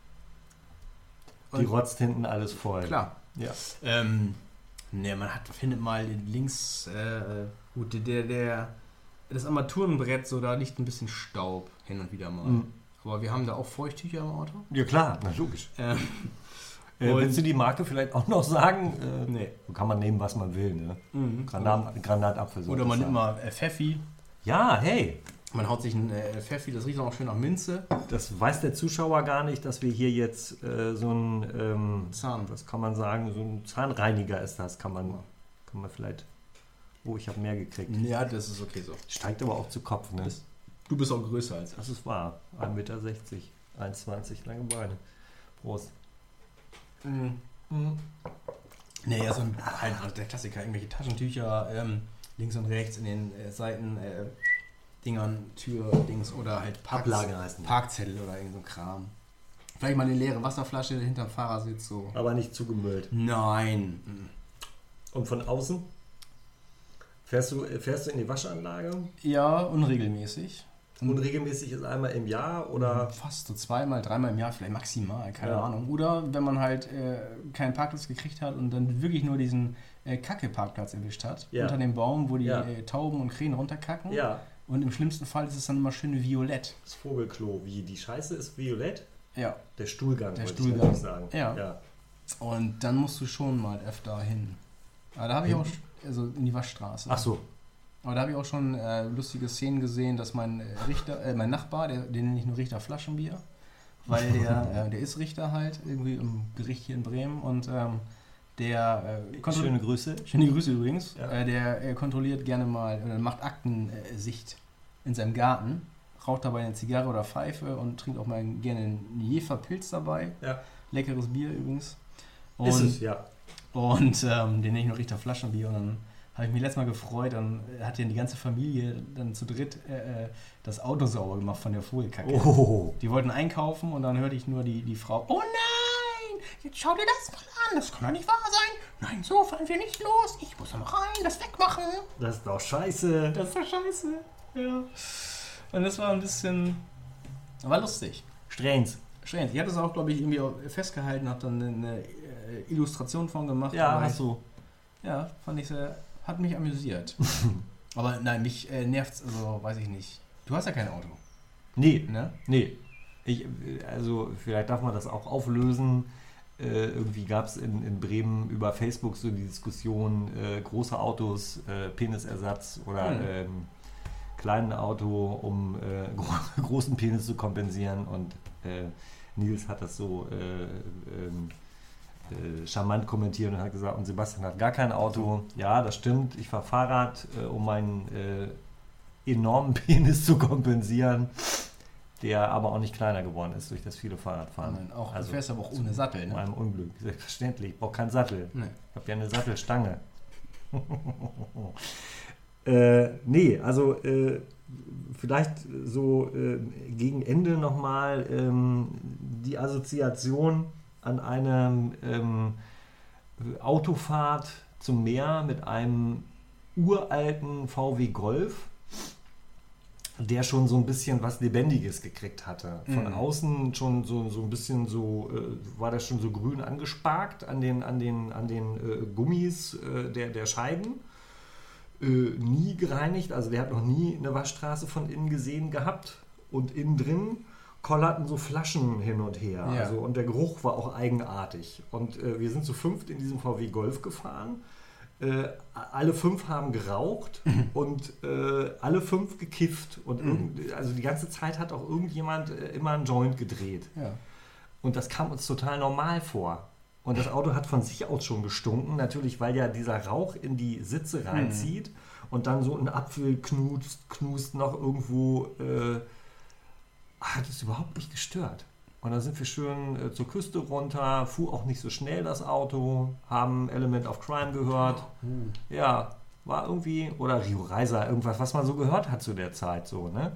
Die rotzt hinten alles voll. Klar. Ja. Ähm, ne, man hat, findet mal links, äh, gut, der, der, das Armaturenbrett, so da liegt ein bisschen Staub hin und wieder mal. Mhm. Aber wir haben da auch Feuchttücher im Auto. Ja klar, na logisch. Ähm, äh, willst du die Marke vielleicht auch noch sagen? Äh, nee. Kann man nehmen, was man will, ne? Mhm. Granat, Granatapfel. Oder man nimmt mal äh, Pfeffi. Ja, hey. Man haut sich ein äh, Pfeffi, das riecht auch schön nach Minze. Das weiß der Zuschauer gar nicht, dass wir hier jetzt äh, so ein ähm, Zahn. Was kann man sagen? So ein Zahnreiniger ist das. Kann man, kann man vielleicht... Oh, ich habe mehr gekriegt. Ja, das ist okay so. Steigt aber auch zu Kopf, ne? Du bist auch größer als ich. Das ist wahr. ein Meter sechzig, eins Komma zwanzig lange Beine. Prost. Mhm. Mhm. Nee, also halt der Klassiker, irgendwelche Taschentücher, ähm, links und rechts in den äh, Seiten, äh, Dingern, Tür, Dings oder halt Park- Ablagen heißen die. Parkzettel oder irgend so Kram. Vielleicht mal eine leere Wasserflasche hinterm Fahrersitz so. Aber nicht zugemüllt. Nein. Und von außen? Fährst du, fährst du in die Waschanlage? Ja, unregelmäßig. Unregelmäßig ist einmal im Jahr oder? Fast so zweimal, dreimal im Jahr, vielleicht maximal, keine Ja. Ahnung. Oder wenn man halt äh, keinen Parkplatz gekriegt hat und dann wirklich nur diesen äh, Kacke-Parkplatz erwischt hat, Ja. unter dem Baum, wo die Ja. äh, Tauben und Krähen runterkacken. Ja. Und im schlimmsten Fall ist es dann immer schön violett. Das Vogelklo, wie die Scheiße ist violett? Ja. Der Stuhlgang, Der wollte Stuhlgang. ich natürlich sagen. Ja. ja. Und dann musst du schon mal öfter hin. Aber da habe ich Hin? auch, also in die Waschstraße. Ach so. Aber da habe ich auch schon äh, lustige Szenen gesehen, dass mein äh, Richter, äh, mein Nachbar, der, den nenne ich nur Richter Flaschenbier, weil der, äh, der ist Richter halt, irgendwie im Gericht hier in Bremen und ähm, der äh, kontro- Schöne Grüße. schöne Grüße übrigens, Ja. äh, der äh, kontrolliert gerne mal, oder macht Aktensicht in seinem Garten, raucht dabei eine Zigarre oder Pfeife und trinkt auch mal gerne einen Jefer-Pilz dabei. Ja. Leckeres Bier übrigens. Und, Ist es, ja. und ähm, den nenne ich nur Richter Flaschenbier und dann habe ich mich letztes Mal gefreut, dann hat ja die ganze Familie dann zu dritt äh, das Auto sauber gemacht von der Vogelkacke. Oh. Die wollten einkaufen und dann hörte ich nur die, die Frau, oh nein, jetzt schau dir das mal an, das kann doch nicht wahr sein. Nein, so fahren wir nicht los, ich muss noch rein, das wegmachen. Das ist doch scheiße. Das ist doch scheiße. Ja. Und das war ein bisschen, war lustig. Strengs. Schön. Ich hatte es auch, glaube ich, irgendwie auch festgehalten, habe dann eine äh, Illustration von gemacht. Ja, aber hast du. Ja, fand ich sehr, hat mich amüsiert. Aber nein, mich äh, nervt's, also weiß ich nicht. Du hast ja kein Auto, Nee, ne? nee. Ich, also vielleicht darf man das auch auflösen. Äh, irgendwie gab es in, in Bremen über Facebook so die Diskussion, äh, große Autos, äh, Penisersatz oder Hm. ähm, kleinen Auto, um äh, gro- großen Penis zu kompensieren. Und äh, Nils hat das so äh, ähm, äh, charmant kommentiert und hat gesagt, und Sebastian hat gar kein Auto. Ja, das stimmt. Ich fahre Fahrrad, äh, um meinen äh, enormen Penis zu kompensieren, der aber auch nicht kleiner geworden ist durch das viele Fahrradfahren. Nein, auch, Also, du fährst aber auch ohne Sattel, In ne? meinem Unglück. Selbstverständlich. Ich brauche keinen Sattel. Nee. Ich habe ja eine Sattelstange. äh, nee, also äh, vielleicht so äh, gegen Ende nochmal ähm, die Assoziation an eine ähm, Autofahrt zum Meer mit einem uralten V W Golf, der schon so ein bisschen was Lebendiges gekriegt hatte. Von Mhm. außen schon so, so ein bisschen so, äh, war das schon so grün angesparkt an den, an den, an den äh, Gummis äh, der, der Scheiben. Äh, nie gereinigt, also der hat noch nie eine Waschstraße von innen gesehen gehabt. Und innen drin kollerten so Flaschen hin und her. Ja. Also, und der Geruch war auch eigenartig. Und äh, wir sind zu fünft in diesem V W Golf gefahren. Äh, alle fünf haben geraucht und äh, alle fünf gekifft. Und irgend, also die ganze Zeit hat auch irgendjemand äh, immer einen Joint gedreht. Ja. Und das kam uns total normal vor. Und das Auto hat von sich aus schon gestunken, natürlich, weil ja dieser Rauch in die Sitze reinzieht und dann so ein Apfel knust, knust noch irgendwo. Äh, hat es überhaupt nicht gestört. Und dann sind wir schön äh, zur Küste runter, fuhr auch nicht so schnell das Auto, haben Element of Crime gehört. Uh. Ja, war irgendwie, oder Rio Reiser, irgendwas, was man so gehört hat zu der Zeit, so, ne?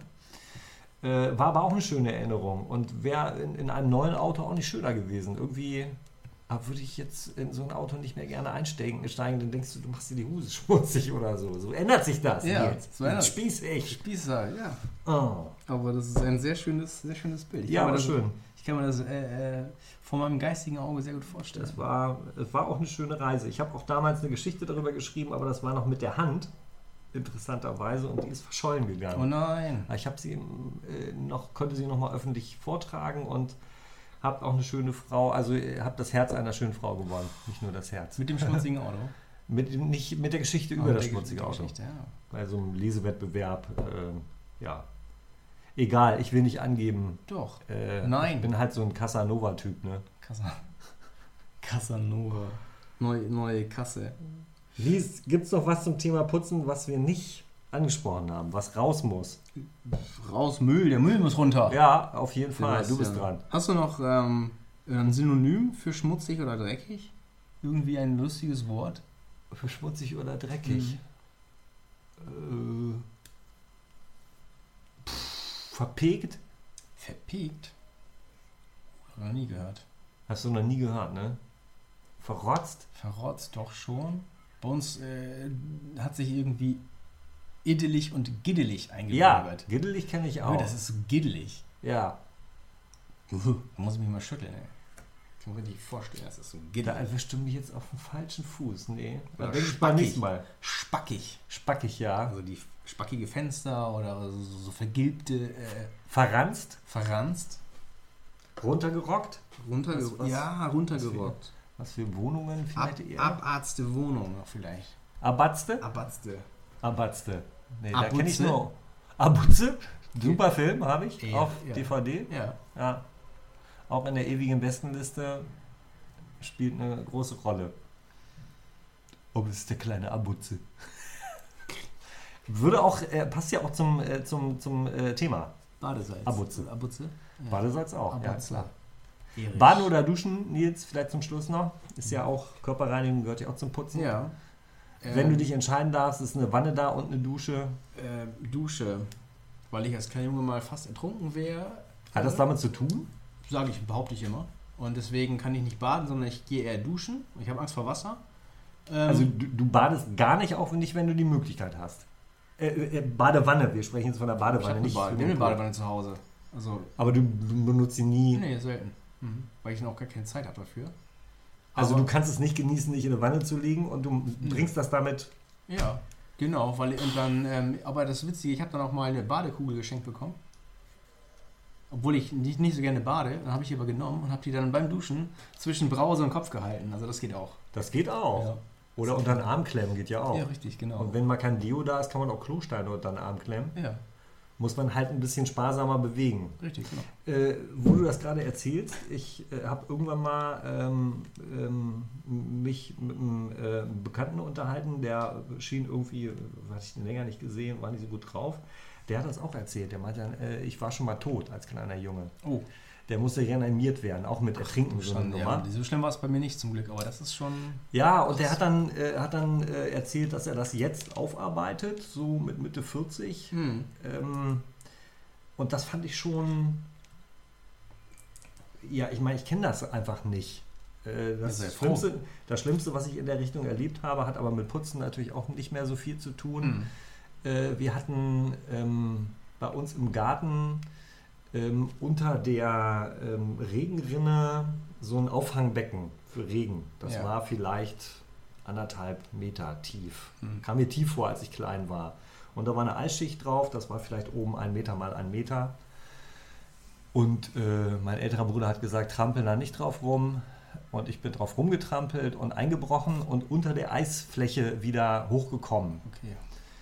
Äh, war aber auch eine schöne Erinnerung und wäre in, in einem neuen Auto auch nicht schöner gewesen. Irgendwie aber würde ich jetzt in so ein Auto nicht mehr gerne einsteigen, steigen, dann denkst du, du machst dir die Hose schmutzig oder so. So ändert sich das Ja, jetzt. so ändert- Spießig. Spießer, ja. Oh. Aber das ist ein sehr schönes, sehr schönes Bild. Ich Ja, kann mir aber das, schön. Ich kann mir das äh, äh, von meinem geistigen Auge sehr gut vorstellen. Das war, es war auch eine schöne Reise. Ich habe auch damals eine Geschichte darüber geschrieben, aber das war noch mit der Hand, interessanterweise, und die ist verschollen gegangen. Oh nein. Ich habe sie äh, noch, konnte sie noch mal öffentlich vortragen und habe auch eine schöne Frau, also habe das Herz einer schönen Frau gewonnen, nicht nur das Herz. Mit dem schmutzigen Auto. Mit, nicht mit der Geschichte über Ah, das der schmutzige Gesch- Auto. Geschichte, ja. Bei so einem Lesewettbewerb, äh, ja. Egal, ich will nicht angeben. Doch. Äh, Nein. Ich bin halt so ein Casanova-Typ, ne? Casa Casanova. Neue, neue Kasse. Lies, gibt es noch was zum Thema Putzen, was wir nicht angesprochen haben, was raus muss? Raus Müll, der Müll muss runter. Ja, auf jeden Fall, du Sebastian. bist dran. Hast du noch ähm, ein Synonym für schmutzig oder dreckig? irgendwie ein lustiges Wort? Für schmutzig oder dreckig? Mhm. Äh, pff, verpegt? Verpegt? Noch nie gehört. Hast du noch nie gehört, ne? Verrotzt? Verrotzt doch schon. Bei uns äh, hat sich irgendwie iddelig und giddelig eingebürgert. Ja, giddelig kenne ich auch. Oh, das ist so giddelig. Ja. Da muss ich mich mal schütteln, ey. Ich kann mir richtig vorstellen, das ist so giddelig. Da erwischst du mich jetzt auf dem falschen Fuß. Nee. Da Oder denke ich beim nächsten spackig. Mal. Spackig. Spackig, ja. Also die spackige Fenster oder so, so vergilbte, äh, Verranzt? verranzt. Runtergerockt? Runtergerockt. Was- was- Ja, runtergerockt. Was für Wohnungen Ab, vielleicht eher? abarzte Wohnung noch vielleicht. Abatzte? Abatzte. Abatzte. Nee, da Abutze? kenne ich nur. Abutze? Super Film, habe ich Ja, auf ja. D V D. Ja. Ja. Auch in der ewigen Bestenliste spielt eine große Rolle. Oh, das ist der kleine Abutze. Würde auch, äh, passt ja auch zum, äh, zum, zum äh, Thema. Badesalz. Abutze. Abutze? Ja. Badesalz auch, ja Abutze. klar. Erich. Baden oder Duschen, Nils, vielleicht zum Schluss noch. Ist ja auch, Körperreinigung gehört ja auch zum Putzen. Ja. Wenn Ähm, du dich entscheiden darfst, ist eine Wanne da und eine Dusche. äh, Dusche. Weil ich als kleiner Junge mal fast ertrunken wäre. Hat das damit zu tun? Sage ich, behaupte ich immer. Und deswegen kann ich nicht baden, sondern ich gehe eher duschen. Ich habe Angst vor Wasser. Ähm, Also du, du badest gar nicht, auch nicht, wenn du die Möglichkeit hast. Äh, äh, Badewanne, wir sprechen jetzt von der ich Badewanne, habe nicht eine, Bade- für eine den Badewanne zu Hause. Also, Aber du, du benutzt sie nie. nee, selten. Mhm. Weil ich dann auch gar keine Zeit habe dafür. Also Aber- du kannst es nicht genießen, dich in eine Wanne zu legen und du bringst das damit. Ja, genau. Weil, und dann, ähm, aber das Witzige, ich habe dann auch mal eine Badekugel geschenkt bekommen. Obwohl ich nicht, nicht so gerne bade, dann habe ich die aber genommen und habe die dann beim Duschen zwischen Brause und Kopf gehalten. Also das geht auch. Das geht auch. Ja. Oder unter den Arm klemmen geht ja auch. Ja, richtig, genau. Und wenn mal kein Deo da ist, kann man auch Klosteine unter den Arm klemmen. Ja, Muss man halt ein bisschen sparsamer bewegen. richtig, genau. Äh, wo du das gerade erzählst, ich äh, habe irgendwann mal ähm, ähm, mich mit einem äh, Bekannten unterhalten, der schien irgendwie, äh, hatte ich den länger nicht gesehen, war nicht so gut drauf. Der hat das auch erzählt. Der meinte dann, äh, ich war schon mal tot als kleiner Junge. Oh, Der musste reanimiert werden, auch mit Ertrinken so eine schon, Nummer. ja, so schlimm war es bei mir nicht zum Glück, aber das ist schon... Ja, und der hat dann, äh, hat dann äh, erzählt, dass er das jetzt aufarbeitet, so mit Mitte vierzig. Hm. Ähm, und das fand ich schon, ja, ich meine, ich kenne das einfach nicht. Äh, das, Ja, sehr Schlimmste, das Schlimmste, was ich in der Richtung erlebt habe, hat aber mit Putzen natürlich auch nicht mehr so viel zu tun. Hm. Äh, wir hatten ähm, bei uns im Garten ähm, unter der ähm, Regenrinne so ein Auffangbecken für Regen. Das Ja. war vielleicht anderthalb Meter tief. Hm. Kam mir tief vor, als ich klein war. Und da war eine Eisschicht drauf, das war vielleicht oben ein Meter mal ein Meter. Und äh, mein älterer Bruder hat gesagt, trampeln da nicht drauf rum. Und ich bin drauf rumgetrampelt und eingebrochen und unter der Eisfläche wieder hochgekommen. Okay.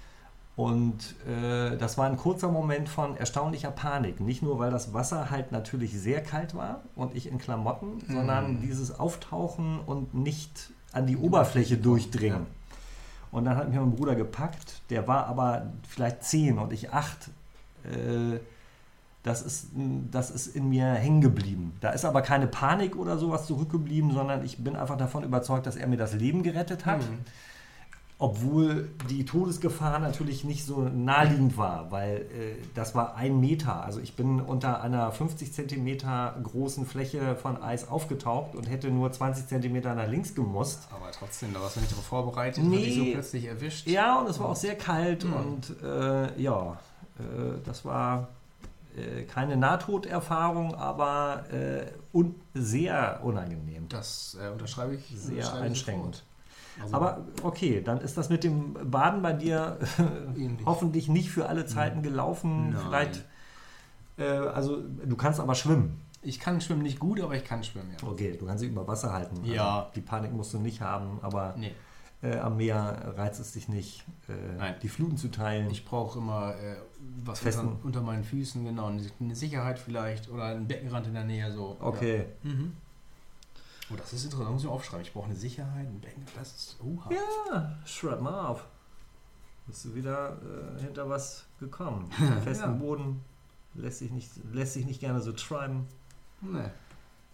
Und äh, das war ein kurzer Moment von erstaunlicher Panik. Nicht nur, weil das Wasser halt natürlich sehr kalt war und ich in Klamotten, Mhm. sondern dieses Auftauchen und nicht an die Oberfläche durchdringen. Und dann hat mich mein Bruder gepackt, der war aber vielleicht zehn und ich acht. Äh, das, ist, das ist in mir hängen geblieben. Da ist aber keine Panik oder sowas zurückgeblieben, sondern ich bin einfach davon überzeugt, dass er mir das Leben gerettet hat. Hm. Obwohl die Todesgefahr natürlich nicht so naheliegend war, weil äh, das war ein Meter. Also ich bin unter einer fünfzig Zentimeter großen Fläche von Eis aufgetaucht und hätte nur zwanzig Zentimeter nach links gemusst. Aber trotzdem, da warst du nicht darauf vorbereitet, Nee. hat dich so plötzlich erwischt. Ja, und es war auch sehr kalt Mhm. und äh, ja, äh, das war äh, keine Nahtoderfahrung, aber äh, un sehr unangenehm. Das äh, unterschreibe ich. Sehr unterschreibe ich einschränkend. sofort. Also, Aber okay, dann ist das mit dem Baden bei dir Ähnlich. hoffentlich nicht für alle Zeiten gelaufen. Nein. Vielleicht, äh, also du kannst aber schwimmen. ich kann schwimmen nicht gut, aber ich kann schwimmen, ja. Okay, du kannst dich über Wasser halten. Ja. Also die Panik musst du nicht haben, aber Nee, äh, am Meer reizt es dich nicht, äh, Nein. die Fluten zu teilen. ich brauche immer äh, was Festen. unter, unter meinen Füßen, genau. Eine eine Sicherheit vielleicht oder ein Beckenrand in der Nähe, so. Okay. Ja. Mhm. Oh, das ist interessant, muss ich aufschreiben. Ich brauche eine Sicherheit, ein Becken, das ist, oha. Ja, schreib mal auf. Bist du wieder äh, hinter was gekommen? Festen Ja. Boden lässt sich, nicht, lässt sich nicht gerne so treiben. Nee.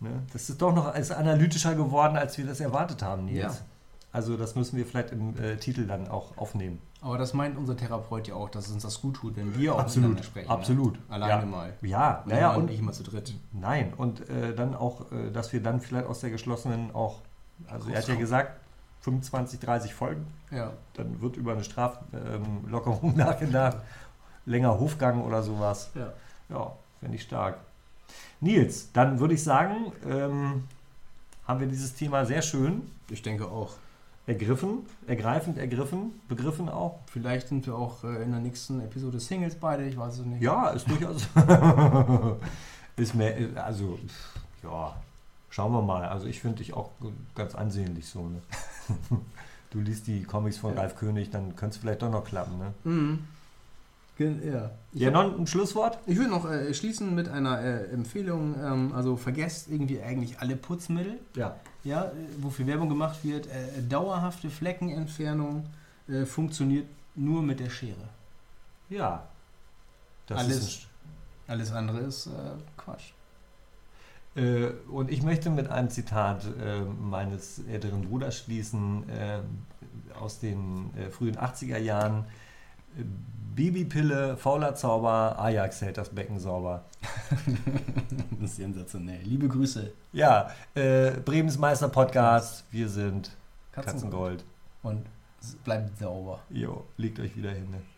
Ne? Das ist doch noch als analytischer geworden, als wir das erwartet haben, Nils. Ja. Also das müssen wir vielleicht im äh, Titel dann auch aufnehmen. Aber das meint unser Therapeut ja auch, dass es uns das gut tut, wenn wir auch Absolut, miteinander sprechen. absolut. Ne? Alleine Ja. mal. Ja, Wenn naja, man und nicht mal zu dritt. nein, und äh, dann auch, äh, dass wir dann vielleicht aus der geschlossenen auch, also er hat ja Rauskommen. gesagt, fünfundzwanzig, dreißig Folgen, Ja. dann wird über eine Straflockerung ähm, nachgedacht, länger Hofgang oder sowas. Ja. Ja, finde ich stark. Nils, dann würde ich sagen, ähm, haben wir dieses Thema sehr schön Ich denke auch. ergriffen, ergreifend ergriffen, begriffen auch. Vielleicht sind wir auch äh, in der nächsten Episode Singles beide, ich weiß es nicht. Ja, ist durchaus. ist mehr, also, ja, schauen wir mal. Also, ich finde dich auch ganz ansehnlich so. Ne? Du liest die Comics von Ja. Ralf König, dann könnte es vielleicht doch noch klappen. Ne? Mhm. Gen- Ja. Ich, Ja, hab, noch ein Schlusswort? ich will noch äh, schließen mit einer äh, Empfehlung. Ähm, also vergesst irgendwie eigentlich alle Putzmittel, Ja. ja, äh, wofür Werbung gemacht wird. Äh, dauerhafte Fleckenentfernung äh, funktioniert nur mit der Schere. Ja. Das Alles- ist Alles andere ist äh, Quatsch. ein, äh, und ich möchte mit einem Zitat äh, meines älteren Bruders schließen, äh, aus den äh, frühen achtziger Jahren. Babypille, fauler Zauber, Ajax hält das Becken sauber. Das ist sensationell. Liebe Grüße. Ja, äh, Bremens Meister Podcast, wir sind Katzengold. Katzengold. Und es bleibt sauber. Jo, legt euch wieder hin. Ne?